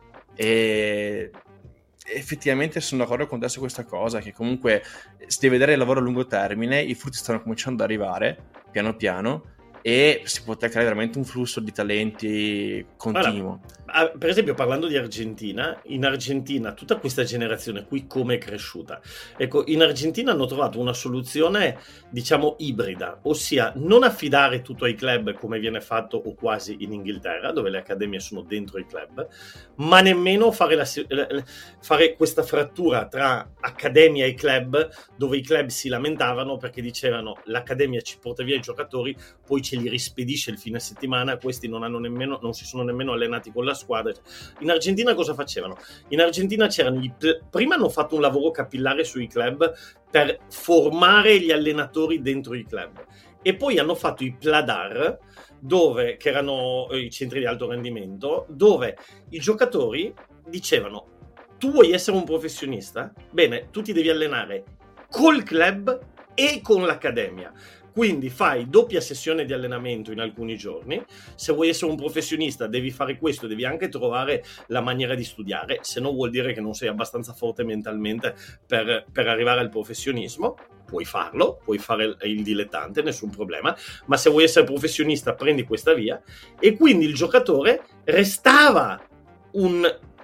E effettivamente sono d'accordo con te su questa cosa, che comunque si deve vedere il lavoro a lungo termine, i frutti stanno cominciando ad arrivare piano piano e si può creare veramente un flusso di talenti continuo. Allora, per esempio, parlando di Argentina, in Argentina tutta questa generazione qui come è cresciuta? Ecco, in Argentina hanno trovato una soluzione, diciamo, ibrida, ossia non affidare tutto ai club come viene fatto o quasi in Inghilterra, dove le accademie sono dentro i club, ma nemmeno fare, la, fare questa frattura tra accademia e club, dove i club si lamentavano perché dicevano l'accademia ci porta via i giocatori, poi ce li rispedisce il fine settimana, questi non hanno nemmeno, non si sono nemmeno allenati con la squadra. In Argentina cosa facevano? In Argentina c'erano gli, prima hanno fatto un lavoro capillare sui club per formare gli allenatori dentro i club e poi hanno fatto i Pladar, dove, che erano i centri di alto rendimento, dove i giocatori dicevano: tu vuoi essere un professionista? Bene, tu ti devi allenare col club e con l'accademia. quindi fai doppia sessione di allenamento in alcuni giorni. Se vuoi essere un professionista devi fare questo, devi anche trovare la maniera di studiare, se no vuol dire che non sei abbastanza forte mentalmente per, per arrivare al professionismo. Puoi farlo, puoi fare il dilettante, nessun problema, ma se vuoi essere professionista prendi questa via. E quindi il giocatore restava un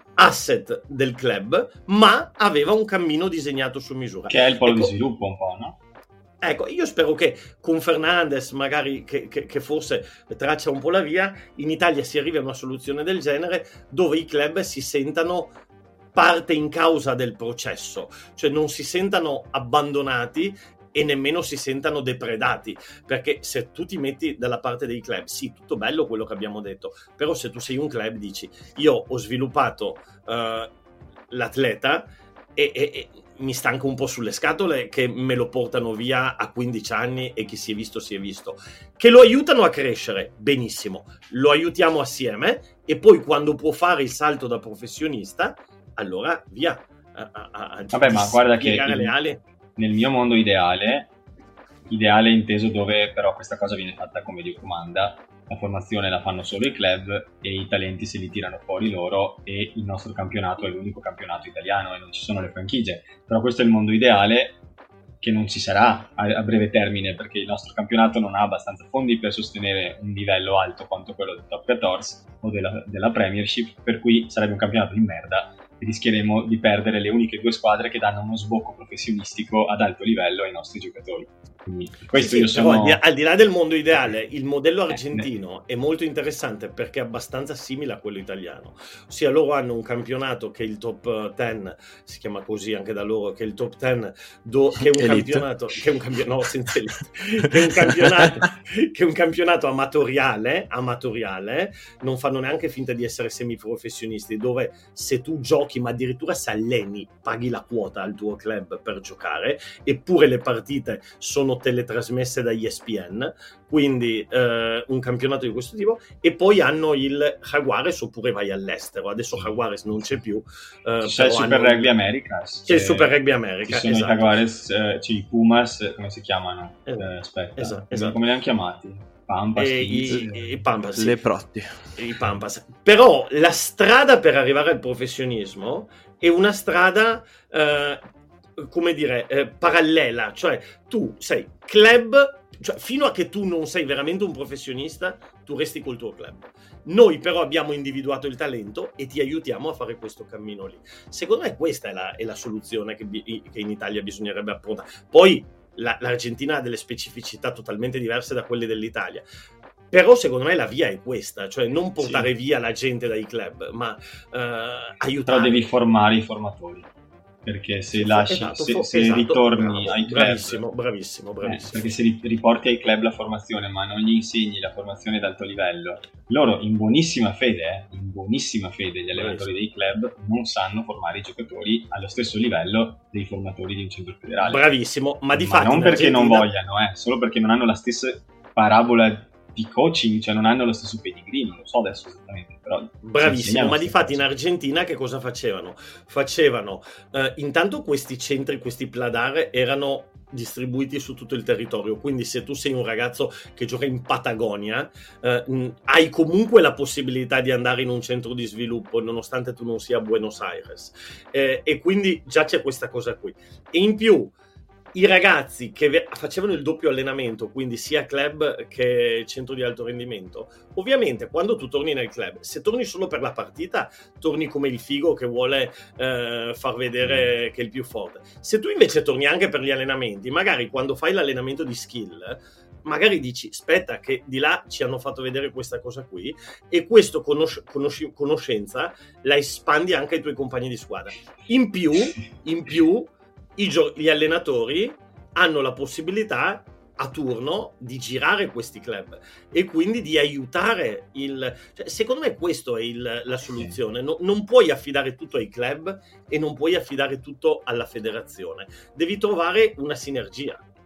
asset del club, ma aveva un cammino disegnato su misura. Che è il polo ecco, di sviluppo un po', no? Ecco, io spero che con Fernandes, magari che, che, che forse traccia un po' la via, in Italia si arrivi a una soluzione del genere dove i club si sentano parte in causa del processo, cioè non si sentano abbandonati e nemmeno si sentano depredati, perché se tu ti metti dalla parte dei club, sì, tutto bello quello che abbiamo detto, però se tu sei un club dici io ho sviluppato uh, l'atleta e, e, e mi stanca un po' sulle scatole che me lo portano via a quindici anni e chi si è visto si è visto, che lo aiutano a crescere, benissimo, lo aiutiamo assieme e poi quando può fare il salto da professionista allora via a, a, a vabbè, ma guarda che le ali. Nel mio mondo ideale, ideale inteso dove però questa cosa viene fatta come Dio comanda, la formazione la fanno solo i club e i talenti se li tirano fuori loro e il nostro campionato è l'unico campionato italiano e non ci sono le franchigie. Però questo è il mondo ideale che non ci sarà a, a breve termine, perché il nostro campionato non ha abbastanza fondi per sostenere un livello alto quanto quello del Top quattordici o della, della Premiership, per cui sarebbe un campionato di merda e rischieremo di perdere le uniche due squadre che danno uno sbocco professionistico ad alto livello ai nostri giocatori. Quindi questo sì, io sì, sono... però, al, di là, al di là del mondo ideale, il modello argentino eh, è molto interessante perché è abbastanza simile a quello italiano, ossia loro hanno un campionato che è il top dieci, si chiama così anche da loro, che è il top dieci, do, che è un Elite. campionato che è un campionato no, senza elite, che è un campionato che è un campionato amatoriale, amatoriale, non fanno neanche finta di essere semiprofessionisti, dove se tu giochi, ma addirittura se alleni, paghi la quota al tuo club per giocare, eppure le partite sono teletrasmesse da E S P N, quindi eh, un campionato di questo tipo. E poi hanno il Jaguares, oppure vai all'estero, adesso Jaguares non c'è più, eh, c'è il Super hanno... Rugby Americas, c'è il Super Rugby America, ci sono esatto. i Jaguares, eh, c'è i Pumas, come si chiamano? Eh, eh, aspetta, esatto, esatto. come li hanno chiamati? Pampas, e Kings, i, eh. i Pampas, sì. Le Protti. I Pampas. Però la strada per arrivare al professionismo è una strada eh, come dire eh, parallela, cioè tu sei club, cioè fino a che tu non sei veramente un professionista tu resti col tuo club. Noi però abbiamo individuato il talento e ti aiutiamo a fare questo cammino lì. Secondo me questa è la, è la soluzione che, bi- che in Italia bisognerebbe approntare. Poi la, l'Argentina ha delle specificità totalmente diverse da quelle dell'Italia, però secondo me la via è questa, cioè non portare Sì. via la gente dai club, ma eh, aiutare. Però devi formare i formatori, perché se lasci, esatto, se, fo- se esatto, ritorni bravo, ai club, bravissimo, bravissimo, eh, bravissimo. perché se ri- riporti ai club la formazione ma non gli insegni la formazione ad alto livello, loro in buonissima fede, eh, in buonissima fede gli allenatori dei club non sanno formare i giocatori allo stesso livello dei formatori di un centro federale. Bravissimo, ma di ma fatti non perché Argentina... non vogliano, eh, solo perché non hanno la stessa parabola di coaching, cioè non hanno lo stesso pedigree, non lo so adesso esattamente, però bravissimo, ma di fatti in Argentina che cosa facevano? Facevano eh, intanto questi centri, questi pladar erano distribuiti su tutto il territorio, quindi se tu sei un ragazzo che gioca in Patagonia eh, mh, hai comunque la possibilità di andare in un centro di sviluppo nonostante tu non sia a Buenos Aires, eh, e quindi già c'è questa cosa qui. E in più i ragazzi che ve- facevano il doppio allenamento, quindi sia club che centro di alto rendimento, ovviamente quando tu torni nel club, se torni solo per la partita, torni come il figo che vuole eh, far vedere che è il più forte. Se tu invece torni anche per gli allenamenti, magari quando fai l'allenamento di skill, magari dici, aspetta che di là ci hanno fatto vedere questa cosa qui, e questo conosc- conosci- conoscenza la espandi anche ai tuoi compagni di squadra. In più, in più I gio- gli allenatori hanno la possibilità a turno di girare questi club e quindi di aiutare il... Cioè, secondo me questo è il, la soluzione. No, non puoi affidare tutto ai club e non puoi affidare tutto alla federazione. Devi trovare una sinergia.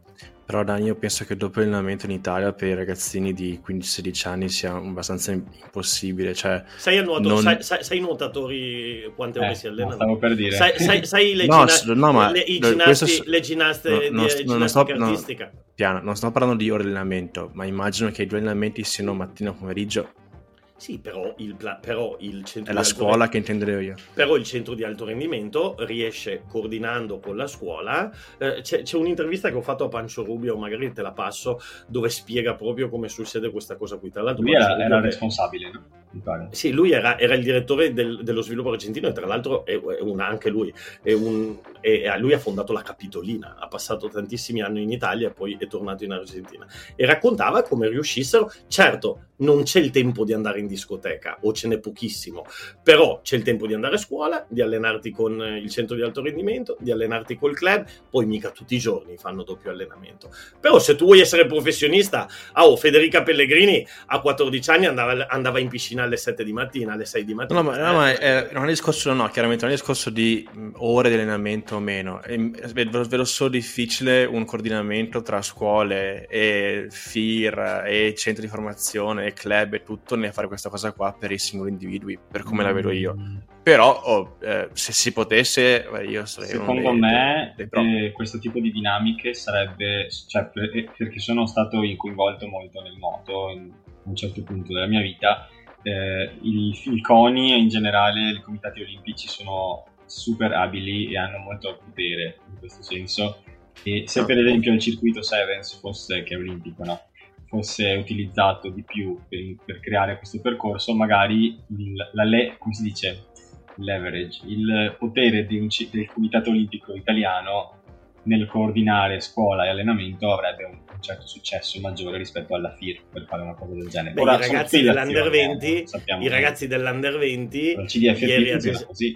Però Dani, io penso che dopo l'allenamento in Italia per i ragazzini di quindici sedici anni sia abbastanza impossibile. Cioè, sai, a nuoto, non... sai, sai, sai i nuotatori quante ore eh, si allenano? Stavo per dire. Sai, sai, sai le, no, gina- no, ma le, i ginnasti, questo... le ginnaste no, di non, ginnastica non sto, artistica? No, piano, non sto parlando di ore di allenamento, ma immagino che i due allenamenti siano mattina o pomeriggio. Sì, però il, pla- però il centro è la di alto scuola re- che intendevo io. Però il centro di alto rendimento riesce, coordinando con la scuola, eh, c'è, c'è un'intervista che ho fatto a Pancio Rubio, magari te la passo, dove spiega proprio come succede questa cosa qui. Tra l'altro lui era, Pancio era Rubio responsabile, no? Mi pare. Sì, lui era, era il direttore del, dello sviluppo argentino e tra l'altro è, è un, anche lui è un, è, lui ha fondato la Capitolina, ha passato tantissimi anni in Italia e poi è tornato in Argentina e raccontava come riuscissero. Certo, non c'è il tempo di andare in discoteca o ce n'è pochissimo, però c'è il tempo di andare a scuola, di allenarti con il centro di alto rendimento, di allenarti col club, poi mica tutti i giorni fanno doppio allenamento. Però se tu vuoi essere professionista, oh, Federica Pellegrini a quattordici anni andava, andava in piscina alle sette di mattina, alle sei di mattina. No, ma, no, ma è, non è discorso, no, chiaramente non è discorso di ore di allenamento o meno, è, è vedo solo difficile un coordinamento tra scuole e F I R e centri di formazione e club e tutto nel fare questa cosa qua per i singoli individui, per come la vedo io. Però oh, eh, se si potesse io sarei secondo dei, me dei, dei eh, questo tipo di dinamiche sarebbe, cioè, per, perché sono stato coinvolto molto nel moto in, a un certo punto della mia vita. Eh, il, il CONI e in generale i comitati olimpici sono super abili e hanno molto potere in questo senso, e se per esempio il circuito Sevens fosse, che è olimpico, no? fosse utilizzato di più per, per creare questo percorso, magari il, la le, come si dice, leverage, il potere di un, del Comitato Olimpico Italiano nel coordinare scuola e allenamento avrebbe un, un certo successo maggiore rispetto alla F I R per fare una cosa del genere. Beh, Ora, i ragazzi dell'Under venti, sappiamo i ragazzi dell'Under venti, il C D F P ieri, funziona così.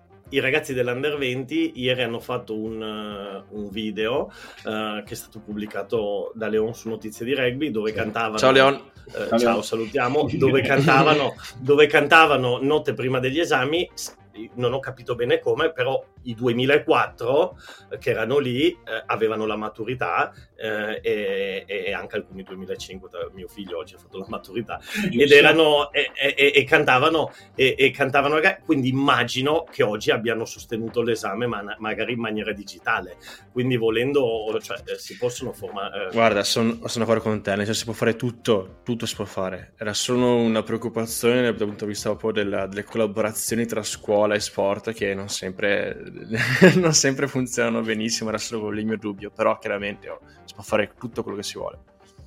I ragazzi dell'Under venti ieri hanno fatto un, uh, un video uh, che è stato pubblicato da Leon su Notizie di Rugby, dove cantavano. Ciao Leon. Uh, ciao, ciao Leon. Salutiamo. Dove cantavano, dove cantavano notte prima degli esami. Non ho capito bene come, però i duemilaquattro eh, che erano lì eh, avevano la maturità eh, e, e anche alcuni duemilacinque, mio figlio oggi ha fatto la maturità, Giusto. ed erano e, e, e cantavano e, e cantavano, quindi immagino che oggi abbiano sostenuto l'esame ma, magari in maniera digitale, quindi volendo, cioè, eh, si possono formare. Eh. Guarda, sono, sono d'accordo con te, cioè, si può fare tutto, tutto si può fare. Era solo una preoccupazione dal punto di vista proprio della, delle collaborazioni tra scuola e sport che non sempre non sempre funzionano benissimo, era solo il mio dubbio, però chiaramente oh, si può fare tutto quello che si vuole.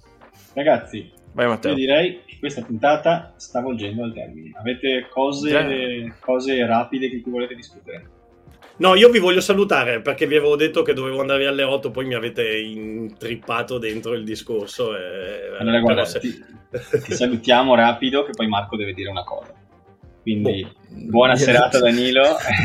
Ragazzi, vai Matteo. Io direi che questa puntata sta volgendo al termine. Avete cose, Già. cose rapide che volete discutere? No, io vi voglio salutare perché vi avevo detto che dovevo andare alle otto, poi mi avete intrippato dentro il discorso. E... Allora guarda, se... ti, ti salutiamo rapido che poi Marco deve dire una cosa. Quindi oh. buona serata Danilo.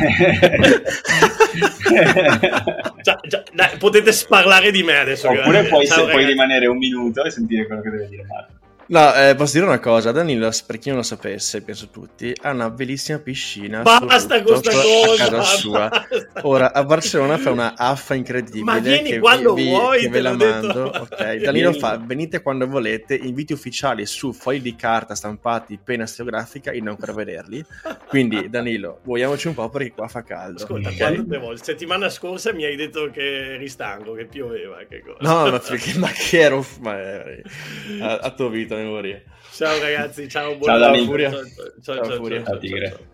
già, già, dai, potete sparlare di me adesso. Oppure puoi, Ciao, se, puoi rimanere un minuto e sentire quello che deve dire Marco. No, eh, posso dire una cosa, Danilo, per chi non lo sapesse, penso tutti, ha una bellissima piscina basta con sta cosa, a casa sua. Basta. Ora, a Barcellona fa una affa incredibile. Ma vieni che quando vi, vuoi, che te ve la l'ho mando. detto. Ok, Danilo fa, venite quando volete, inviti ufficiali su fogli di carta stampati, penna stilografica, io non ancora vederli. Quindi, Danilo, muoviamoci un po' perché qua fa caldo. Ascolta, okay? quando te vuoi? Settimana scorsa mi hai detto che eri stanco, che pioveva, che cosa. No, ma, perché, ma che ero... Ma, eh, a, a tua vita, memoria. Ciao ragazzi, ciao, ciao buona Furia. Ciao, ciao, ciao, Ciao, Furia. ciao, Ciao, Tigre. ciao, ciao.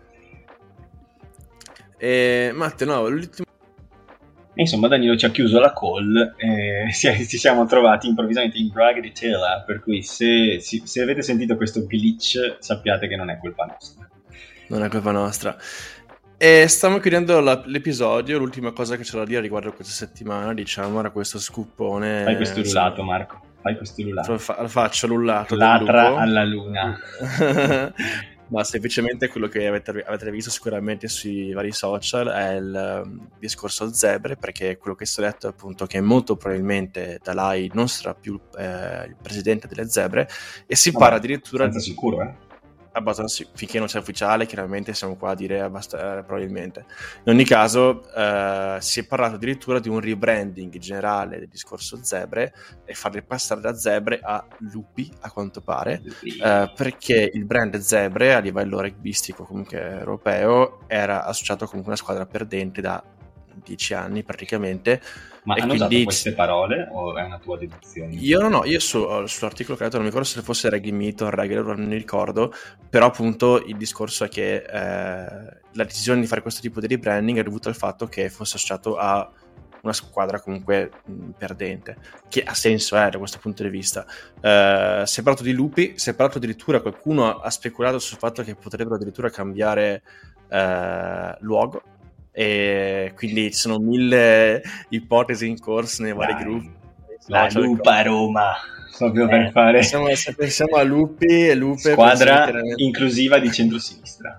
E, Matte, no, l'ultimo... Insomma, Danilo ci ha chiuso la call e ci siamo trovati improvvisamente in Braga di Tela, per cui se, se avete sentito questo glitch sappiate che non è colpa nostra. Non è colpa nostra. E stiamo chiudendo la, l'episodio, l'ultima cosa che c'è da dire riguardo questa settimana, diciamo, era questo scoopone. Fai questo ululato, Marco, fai questo ululato. Lo, fa, lo faccio l'ullato. Latra alla luna. Ma semplicemente quello che avete, avete visto sicuramente sui vari social è il um, discorso zebre, perché quello che si è detto è appunto che molto probabilmente Dalai non sarà più eh, il presidente delle zebre, e si Vabbè, parla addirittura senza sicuro, eh? abbastanza, finché non c'è ufficiale, chiaramente siamo qua a dire abbast- eh, probabilmente. In ogni caso, eh, si è parlato addirittura di un rebranding generale del discorso zebre e farle passare da zebre a lupi, a quanto pare, eh, perché il brand zebre a livello rugbyistico, comunque europeo, era associato comunque a una squadra perdente da dieci anni praticamente. Ma e hanno quindi usato queste parole o è una tua deduzione? Io no, no, io su, sull'articolo che ho letto non mi ricordo se fosse Reggae Meet o Regular, non mi ricordo, però appunto il discorso è che eh, la decisione di fare questo tipo di rebranding è dovuta al fatto che fosse associato a una squadra comunque mh, perdente, che ha senso eh, da questo punto di vista. Eh, si è parlato di lupi, si è parlato addirittura, qualcuno ha, ha speculato sul fatto che potrebbero addirittura cambiare eh, luogo, e quindi ci sono mille ipotesi in corso nei vari Dai, gruppi. la social, Lupa Roma, proprio eh, per fare pensiamo, se pensiamo a Lupi e Lupe, squadra chiaramente... inclusiva di centrosinistra.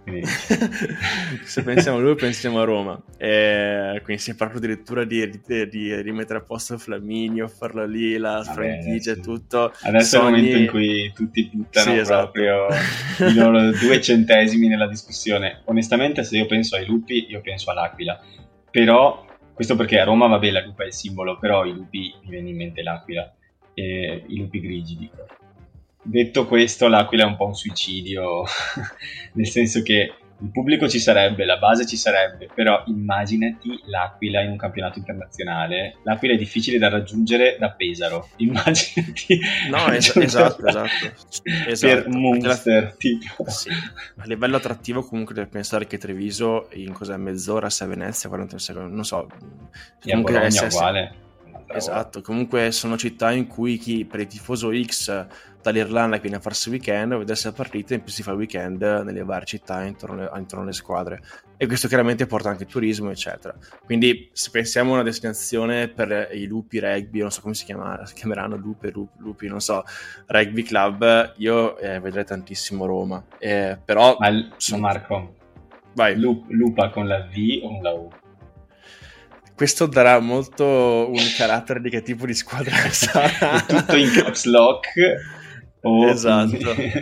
Se pensiamo a lui pensiamo a Roma, e quindi si parla addirittura di, di, di rimettere a posto Flaminio, farlo lì la franchigia e tutto. Adesso Sogni... è il momento in cui tutti buttano sì, esatto. proprio i loro due centesimi nella discussione. Onestamente, se io penso ai lupi, io penso all'Aquila, però questo perché a Roma vabbè la lupa è il simbolo, però i lupi mi viene in mente l'Aquila, e i lupi grigi dico. Detto questo, l'Aquila è un po' un suicidio, nel senso che il pubblico ci sarebbe, la base ci sarebbe, però immaginati l'Aquila in un campionato internazionale. L'Aquila è difficile da raggiungere da Pesaro, immaginati. No, es- esatto, esatto, esatto. Per Munster, la... tipo. Sì. A livello attrattivo comunque devi pensare che Treviso in cos'è mezz'ora, se a Venezia, quaranta secondi, non so. E a Bologna è è uguale. Esatto, comunque sono città in cui chi per il tifoso X dall'Irlanda viene a farsi weekend a vedersi la partita e in più si fa il weekend nelle varie città intorno, intorno alle squadre, e questo chiaramente porta anche turismo eccetera. Quindi se pensiamo a una destinazione per i lupi rugby, non so come si chiama, si chiameranno lupi, lupi, lupi non so, rugby club, io eh, vedrei tantissimo Roma, eh, però ma il, sono... Marco vai. Lup, lupa con la V o con la U? Questo darà molto un carattere di che tipo di squadra sarà. È tutto in caps lock o... Esatto.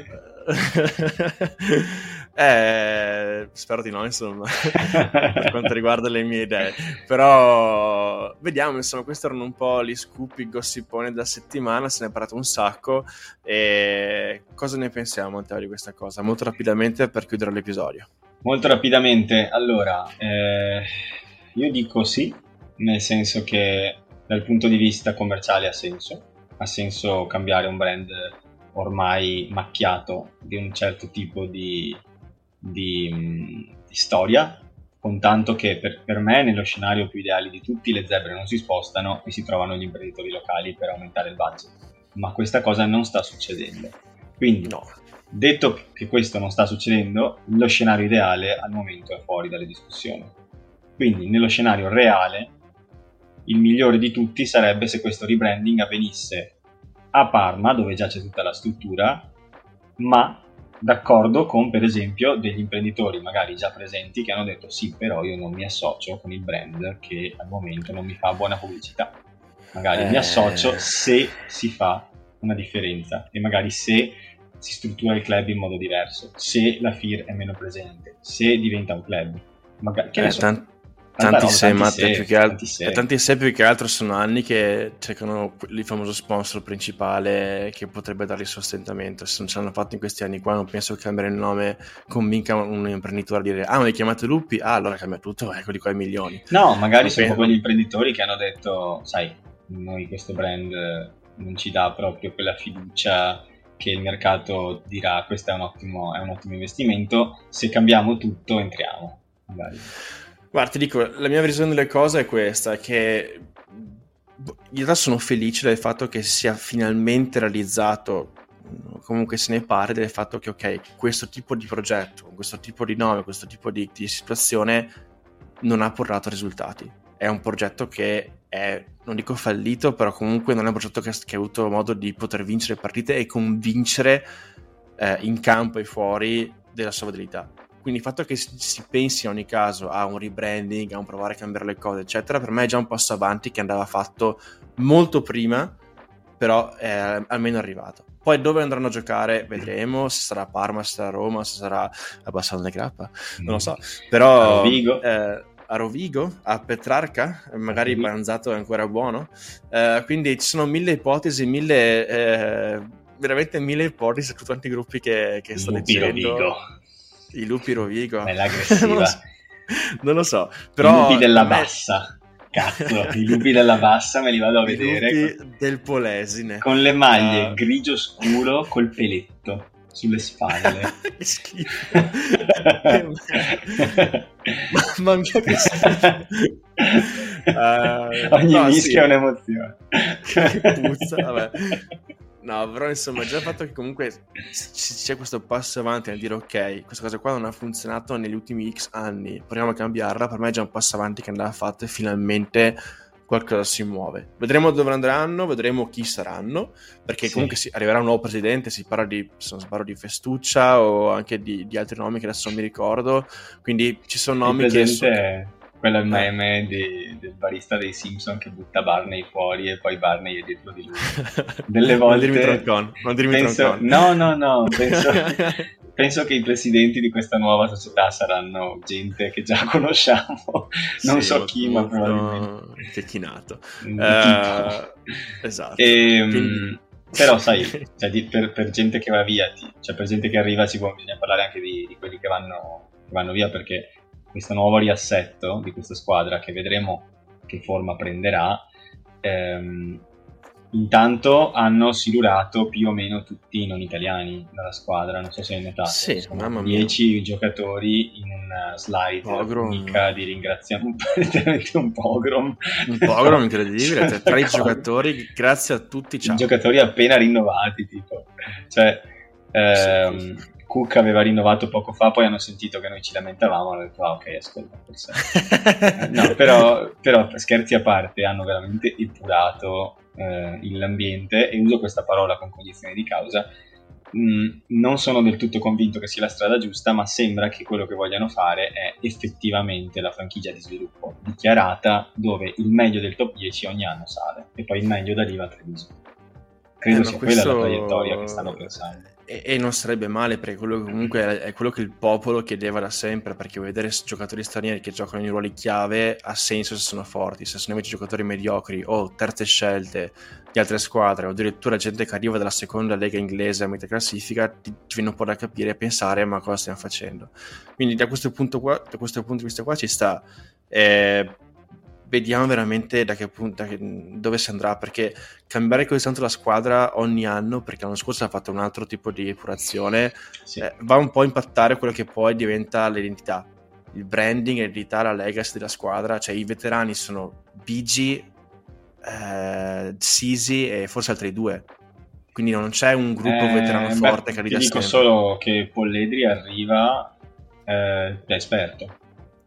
eh, spero di no, insomma, per quanto riguarda le mie idee. Però vediamo, insomma, questi erano un po' gli scoop, i gossiponi della settimana, se ne è parlato un sacco. E cosa ne pensiamo, Matteo, di questa cosa? Molto rapidamente per chiudere l'episodio. Molto rapidamente, allora, eh, io dico sì, nel senso che dal punto di vista commerciale ha senso, ha senso cambiare un brand ormai macchiato di un certo tipo di, di, di storia, con tanto che per, per me nello scenario più ideale di tutti le zebre non si spostano e si trovano gli imprenditori locali per aumentare il budget, ma questa cosa non sta succedendo, quindi no. Detto che questo non sta succedendo, lo scenario ideale al momento è fuori dalle discussioni, quindi nello scenario reale il migliore di tutti sarebbe se questo rebranding avvenisse a Parma, dove già c'è tutta la struttura, ma d'accordo con, per esempio, degli imprenditori magari già presenti che hanno detto sì, però io non mi associo con il brand che al momento non mi fa buona pubblicità. Magari eh... mi associo se si fa una differenza e magari se si struttura il club in modo diverso, se la F I R è meno presente, se diventa un club. Magari, che eh, ne so. tant- Tanti se, Matte, più che altro, tanti se. tanti se più che altro sono anni che cercano il famoso sponsor principale che potrebbe dargli sostentamento. Se non ce l'hanno fatto in questi anni qua, non penso che cambiare il nome convinca un imprenditore a dire ah, ma li chiamate lupi? Ah, allora cambia tutto, eccoli qua i milioni. No, magari non sono penso... quegli imprenditori che hanno detto sai, noi questo brand non ci dà proprio quella fiducia che il mercato dirà questo è un ottimo, è un ottimo investimento, se cambiamo tutto entriamo, magari. Guarda, ti dico, la mia visione delle cose è questa, che in realtà sono felice del fatto che sia finalmente realizzato, comunque se ne parla del fatto che ok, questo tipo di progetto, questo tipo di nome, questo tipo di, di situazione non ha portato risultati. È un progetto che è, non dico fallito, però comunque non è un progetto che, che ha avuto modo di poter vincere partite e convincere eh, in campo e fuori della sua validità. Quindi il fatto che si pensi in ogni caso a un rebranding, a un provare a cambiare le cose, eccetera, per me è già un passo avanti che andava fatto molto prima, però è almeno arrivato. Poi dove andranno a giocare vedremo, se sarà a Parma, se sarà a Roma, se sarà a Bassano del Grappa, non lo so, però a Rovigo, eh, a, Rovigo a Petrarca, magari il Banzato è ancora buono, eh, quindi ci sono mille ipotesi, mille eh, veramente mille ipotesi su tanti gruppi che, che sto lupi dicendo. Rovigo. I lupi Rovigo, bella aggressiva. non, lo so, non lo so, però i lupi della me... Bassa. Cazzo, i lupi della Bassa me li vado a I vedere. lupi con... del Polesine. Con le maglie uh... grigio scuro col peletto sulle spalle. Che schifo. Mamma mia che schifo. Uh, Ogni no, mischia sì. è un'emozione. Che puzza, vabbè. No, però insomma già il fatto che comunque c'è questo passo avanti nel dire ok, questa cosa qua non ha funzionato negli ultimi X anni, proviamo a cambiarla, per me è già un passo avanti che andava fatto e finalmente qualcosa si muove. Vedremo dove andranno, vedremo chi saranno, perché sì. comunque si, arriverà un nuovo presidente, si parla di, se non sbaglio, di Festuccia o anche di, di altri nomi che adesso non mi ricordo, quindi ci sono nomi che... Sono... Quello è il meme di, del barista dei Simpson che butta Barney fuori e poi Barney è dietro di lui. Delle volte... non dirmi Troncon, non dirmi penso... Troncon. No, no, no, penso... penso che i presidenti di questa nuova società saranno gente che già conosciamo, non sì, so chi, ma probabilmente... No, checchinato. Uh, esatto. E, Quindi... Però sai, cioè, di, per, per gente che va via, ti, cioè per gente che arriva ci può, bisogna parlare anche di, di quelli che vanno, che vanno via, perché questo nuovo riassetto di questa squadra, che vedremo che forma prenderà, ehm, intanto hanno silurato più o meno tutti i non italiani dalla squadra, non so se hai notato, sì, sono dieci giocatori in una slide pogrom. unica di ringraziamento, letteralmente un pogrom un pogrom incredibile, cioè, tra i giocatori, grazie a tutti, ciao. I giocatori appena rinnovati, tipo, cioè ehm, sì, sì. Cook aveva rinnovato poco fa, poi hanno sentito che noi ci lamentavamo, hanno detto ah ok, ascolta, forse no, però, però scherzi a parte, hanno veramente epurato eh, l'ambiente, e uso questa parola con cognizione di causa. Mm, non sono del tutto convinto che sia la strada giusta, ma sembra che quello che vogliano fare è effettivamente la franchigia di sviluppo dichiarata, dove il meglio del top dieci ogni anno sale e poi il meglio da lì va a Treviso. Credo eh, sia questo... quella la traiettoria che stanno pensando. E, e non sarebbe male, perché quello che comunque è quello che il popolo chiedeva da sempre, perché vedere giocatori stranieri che giocano in ruoli chiave ha senso se sono forti. Se sono invece giocatori mediocri o terze scelte di altre squadre, o addirittura gente che arriva dalla seconda lega inglese a metà classifica, ti, ti viene un po' da capire e pensare ma cosa stiamo facendo. Quindi da questo punto qua, da questo punto di vista qua ci sta. eh, Vediamo veramente da che punto, da che, dove si andrà, perché cambiare così tanto la squadra ogni anno, perché l'anno scorso ha fatto un altro tipo di epurazione, sì. eh, va un po' a impattare quello che poi diventa l'identità, il branding, l'identità, la legacy della squadra. Cioè i veterani sono B G, eh, Sisi e forse altri due, quindi non c'è un gruppo eh, veterano beh, forte che arriva. Ti dico sempre. Solo che Polledri arriva eh, da esperto.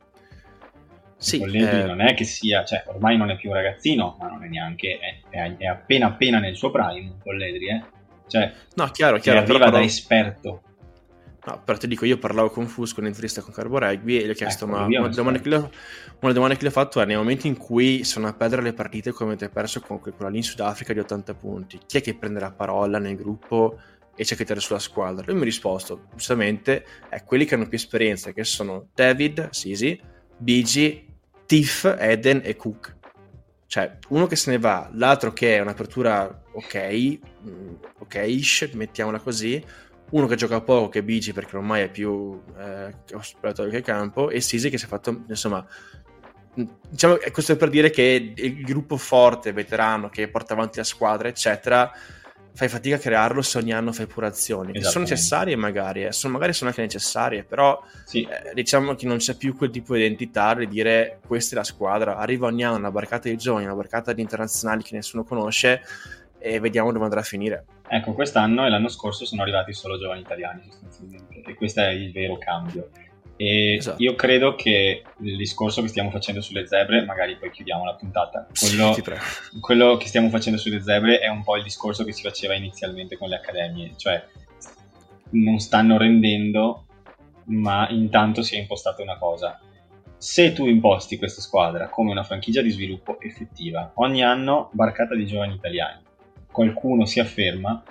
Sì, Polledri eh... non è che sia, cioè ormai non è più un ragazzino, ma non è neanche, è, è, è appena appena nel suo prime Polledri, eh? Cioè, no, chiaro, chiaro, arriva però, da esperto. No, però ti dico, io parlavo con Fusco nell'intervista con Carbo Rugby e gli ho chiesto, ecco, ma una domanda, che le ho, una domanda che gli ho fatto è: nei momenti in cui sono a perdere le partite come avete perso con quella lì in Sudafrica di ottanta punti, chi è che prende la parola nel gruppo e c'è che tirare sulla squadra? Lui mi ha risposto, giustamente, è quelli che hanno più esperienza, che sono David, Sisi, B G, Tiff, Eden e Cook. Cioè uno che se ne va, l'altro che è un'apertura ok, ok-ish, mettiamola così, uno che gioca poco, che è B G perché ormai è più eh, ospitatorio che campo, e Sisi che si è fatto, insomma, diciamo, questo è per dire che il gruppo forte, veterano, che porta avanti la squadra eccetera, fai fatica a crearlo se ogni anno fai purazioni, che sono necessarie magari, eh, sono, magari sono anche necessarie, però sì. eh, diciamo che non c'è più quel tipo di identità di dire questa è la squadra, arriva ogni anno una barcata di giovani, una barcata di internazionali che nessuno conosce e vediamo dove andrà a finire. Ecco, quest'anno e l'anno scorso sono arrivati solo giovani italiani sostanzialmente, e questo è il vero cambio. E esatto. Io credo che il discorso che stiamo facendo sulle zebre, magari poi chiudiamo la puntata, quello, sì, quello che stiamo facendo sulle zebre è un po' il discorso che si faceva inizialmente con le accademie, cioè non stanno rendendo, ma intanto si è impostata una cosa: se tu imposti questa squadra come una franchigia di sviluppo effettiva, ogni anno barcata di giovani italiani, qualcuno si afferma,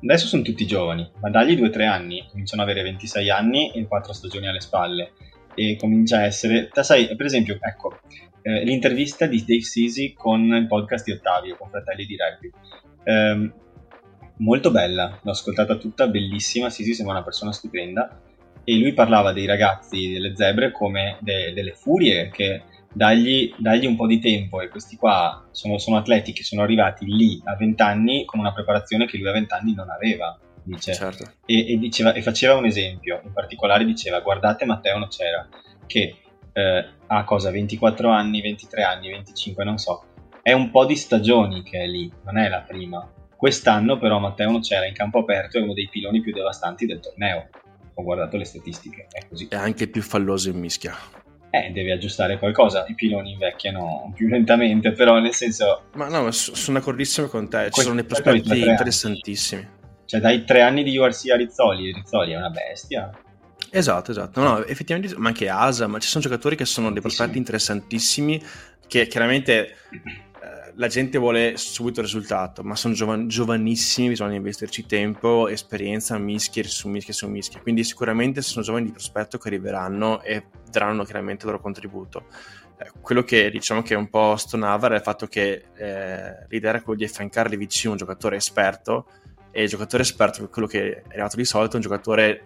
adesso sono tutti giovani, ma dagli due tre anni cominciano ad avere ventisei anni e quattro stagioni alle spalle e comincia a essere, ta sai, per esempio, ecco, eh, l'intervista di Dave Sisi con il podcast di Ottavio, con Fratelli di Rugby, eh, molto bella, l'ho ascoltata tutta, bellissima. Sisi sembra una persona stupenda e lui parlava dei ragazzi delle Zebre come de- delle furie, che dagli, dagli un po' di tempo, e questi qua sono, sono atleti che sono arrivati lì a venti anni con una preparazione che lui a venti anni non aveva, dice. Certo. E, e, diceva, e faceva un esempio, in particolare diceva: guardate Matteo Nocera, che eh, ha cosa, ventiquattro anni, ventitré anni, venticinque, non so, è un po' di stagioni che è lì, non è la prima. Quest'anno però Matteo Nocera in campo aperto è uno dei piloni più devastanti del torneo. Ho guardato le statistiche, è così. È anche più falloso in mischia. Eh, deve aggiustare qualcosa, i piloni invecchiano più lentamente, però nel senso... Ma no, sono d'accordissimo con te, ci Questo- sono dei questo prospetti è tre interessantissimi. Cioè dai tre anni di U R C a Rizzoli, Rizzoli è una bestia. Esatto, esatto. No, no, effettivamente, ma anche Asa, ma ci sono giocatori che sono dei prospetti interessantissimi, che chiaramente eh, la gente vuole subito il risultato, ma sono giovan- giovanissimi, bisogna investirci tempo, esperienza, mischie su mischie su mischie, quindi sicuramente sono giovani di prospetto che arriveranno e daranno chiaramente il loro contributo. Eh, quello che diciamo che un po' stonava era il fatto che eh, l'idea era quello di affiancarli vicino un giocatore esperto, e il giocatore esperto, quello che è arrivato di solito, è un giocatore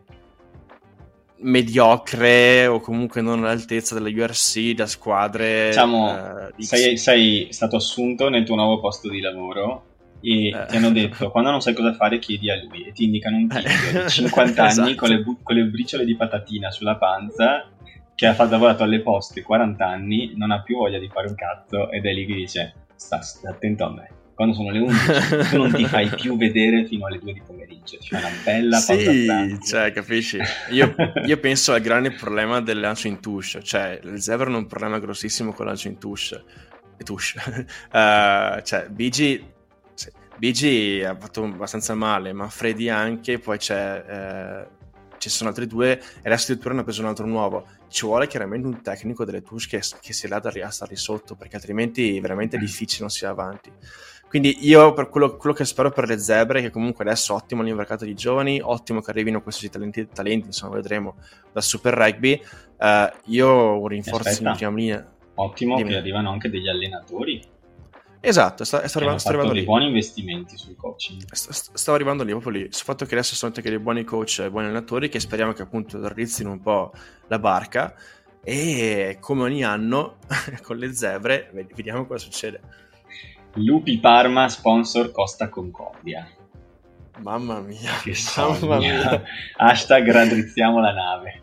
mediocre o comunque non all'altezza della U R C, da squadre, Diciamo, eh, di- sei, sei stato assunto nel tuo nuovo posto di lavoro e Eh. ti hanno detto: quando non sai cosa fare chiedi a lui, e ti indicano un tizio di cinquanta anni Esatto. con, le bu- con le briciole di patatina sulla panza, che ha fatto lavorato alle poste quaranta anni, non ha più voglia di fare un cazzo, ed è lì che dice: sta, sta attento a me, quando sono le undici tu non ti fai più vedere fino alle due di pomeriggio, ti fai una bella pausa Sì, pranzo. cioè, capisci? Io, io penso al grande problema del lancio in touche, cioè il Zever hanno un problema grossissimo con il lancio in touche, e touche. Uh, cioè B G, sì, B G ha fatto abbastanza male, ma Freddy anche, poi c'è, eh, ci sono altri due e adesso addirittura ne ha preso un altro nuovo. Ci vuole chiaramente un tecnico delle touche che, che sia là da a starli sotto, perché altrimenti è veramente difficile non sia avanti. Quindi io, per quello, quello che spero per le Zebre, che comunque adesso ottimo il mercato di giovani, ottimo che arrivino questi talenti, talenti insomma vedremo, dal Super Rugby, eh, io un rinforzo Aspetta. in prima linea. Ottimo Dimmi. che arrivano anche degli allenatori Esatto, sta, sta che hanno arrivando, sta fatto arrivando dei lì. buoni investimenti sul coaching. Sta- sta- Stavo arrivando lì, proprio lì, sul fatto che adesso sono anche dei buoni coach e buoni allenatori che speriamo che appunto raddrizzino un po' la barca, e come ogni anno con le Zebre ved- vediamo cosa succede. Lupi Parma sponsor Costa Concordia. Mamma mia, Che mamma sogno. mia. Hashtag raddrizziamo la nave.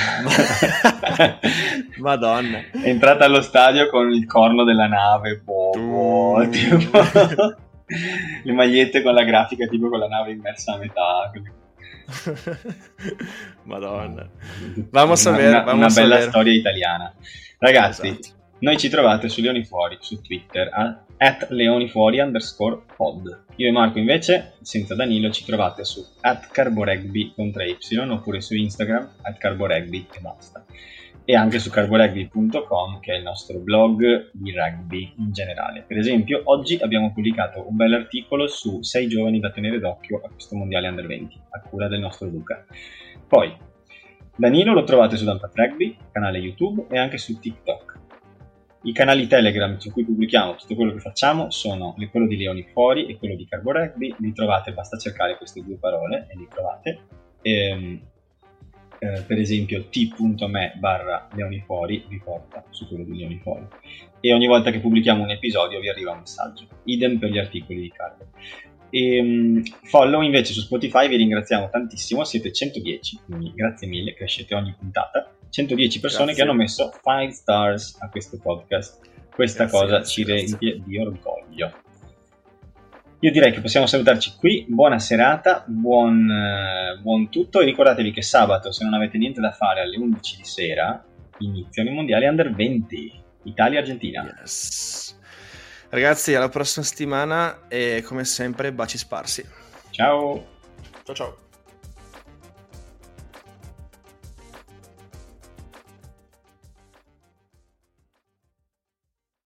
Madonna. È entrata allo stadio con il corno della nave, boh, boh, tipo le magliette con la grafica tipo con la nave immersa a metà. Madonna. Vamos a Una- ver, una, vamos una a bella ver. storia italiana. Ragazzi, Esatto. noi ci trovate su Leoni Fuori su Twitter a at leonifuori underscore pod. Io e Marco invece, senza Danilo, ci trovate su at carborugby con tre y, oppure su Instagram at carborugby e basta. E anche su carborugby punto com, che è il nostro blog di rugby in generale. Per esempio, oggi abbiamo pubblicato un bel articolo su sei giovani da tenere d'occhio a questo mondiale under venti, a cura del nostro Luca. Poi, Danilo lo trovate su Dampat Rugby, canale YouTube, e anche su TikTok. I canali Telegram su cui pubblichiamo tutto quello che facciamo sono quello di Leoni Fuori e quello di Carbo Rugby. Li trovate, basta cercare queste due parole e li trovate. Ehm, eh, per esempio t.me barra Leoni Fuori vi porta su quello di Leoni Fuori, e ogni volta che pubblichiamo un episodio vi arriva un messaggio. Idem per gli articoli di Carbo. E, um, follow invece su Spotify, vi ringraziamo tantissimo, siete centodieci, quindi grazie mille, crescete ogni puntata. centodieci persone Grazie. che hanno messo five stars a questo podcast. Questa Grazie, cosa grazie, ci grazie. riempie di orgoglio. Io direi che possiamo salutarci qui. Buona serata, buon, eh, buon tutto, e ricordatevi che sabato, se non avete niente da fare, alle undici di sera iniziano i mondiali under venti, Italia-Argentina. Yes. Ragazzi, alla prossima settimana e come sempre baci sparsi. Ciao! Ciao ciao.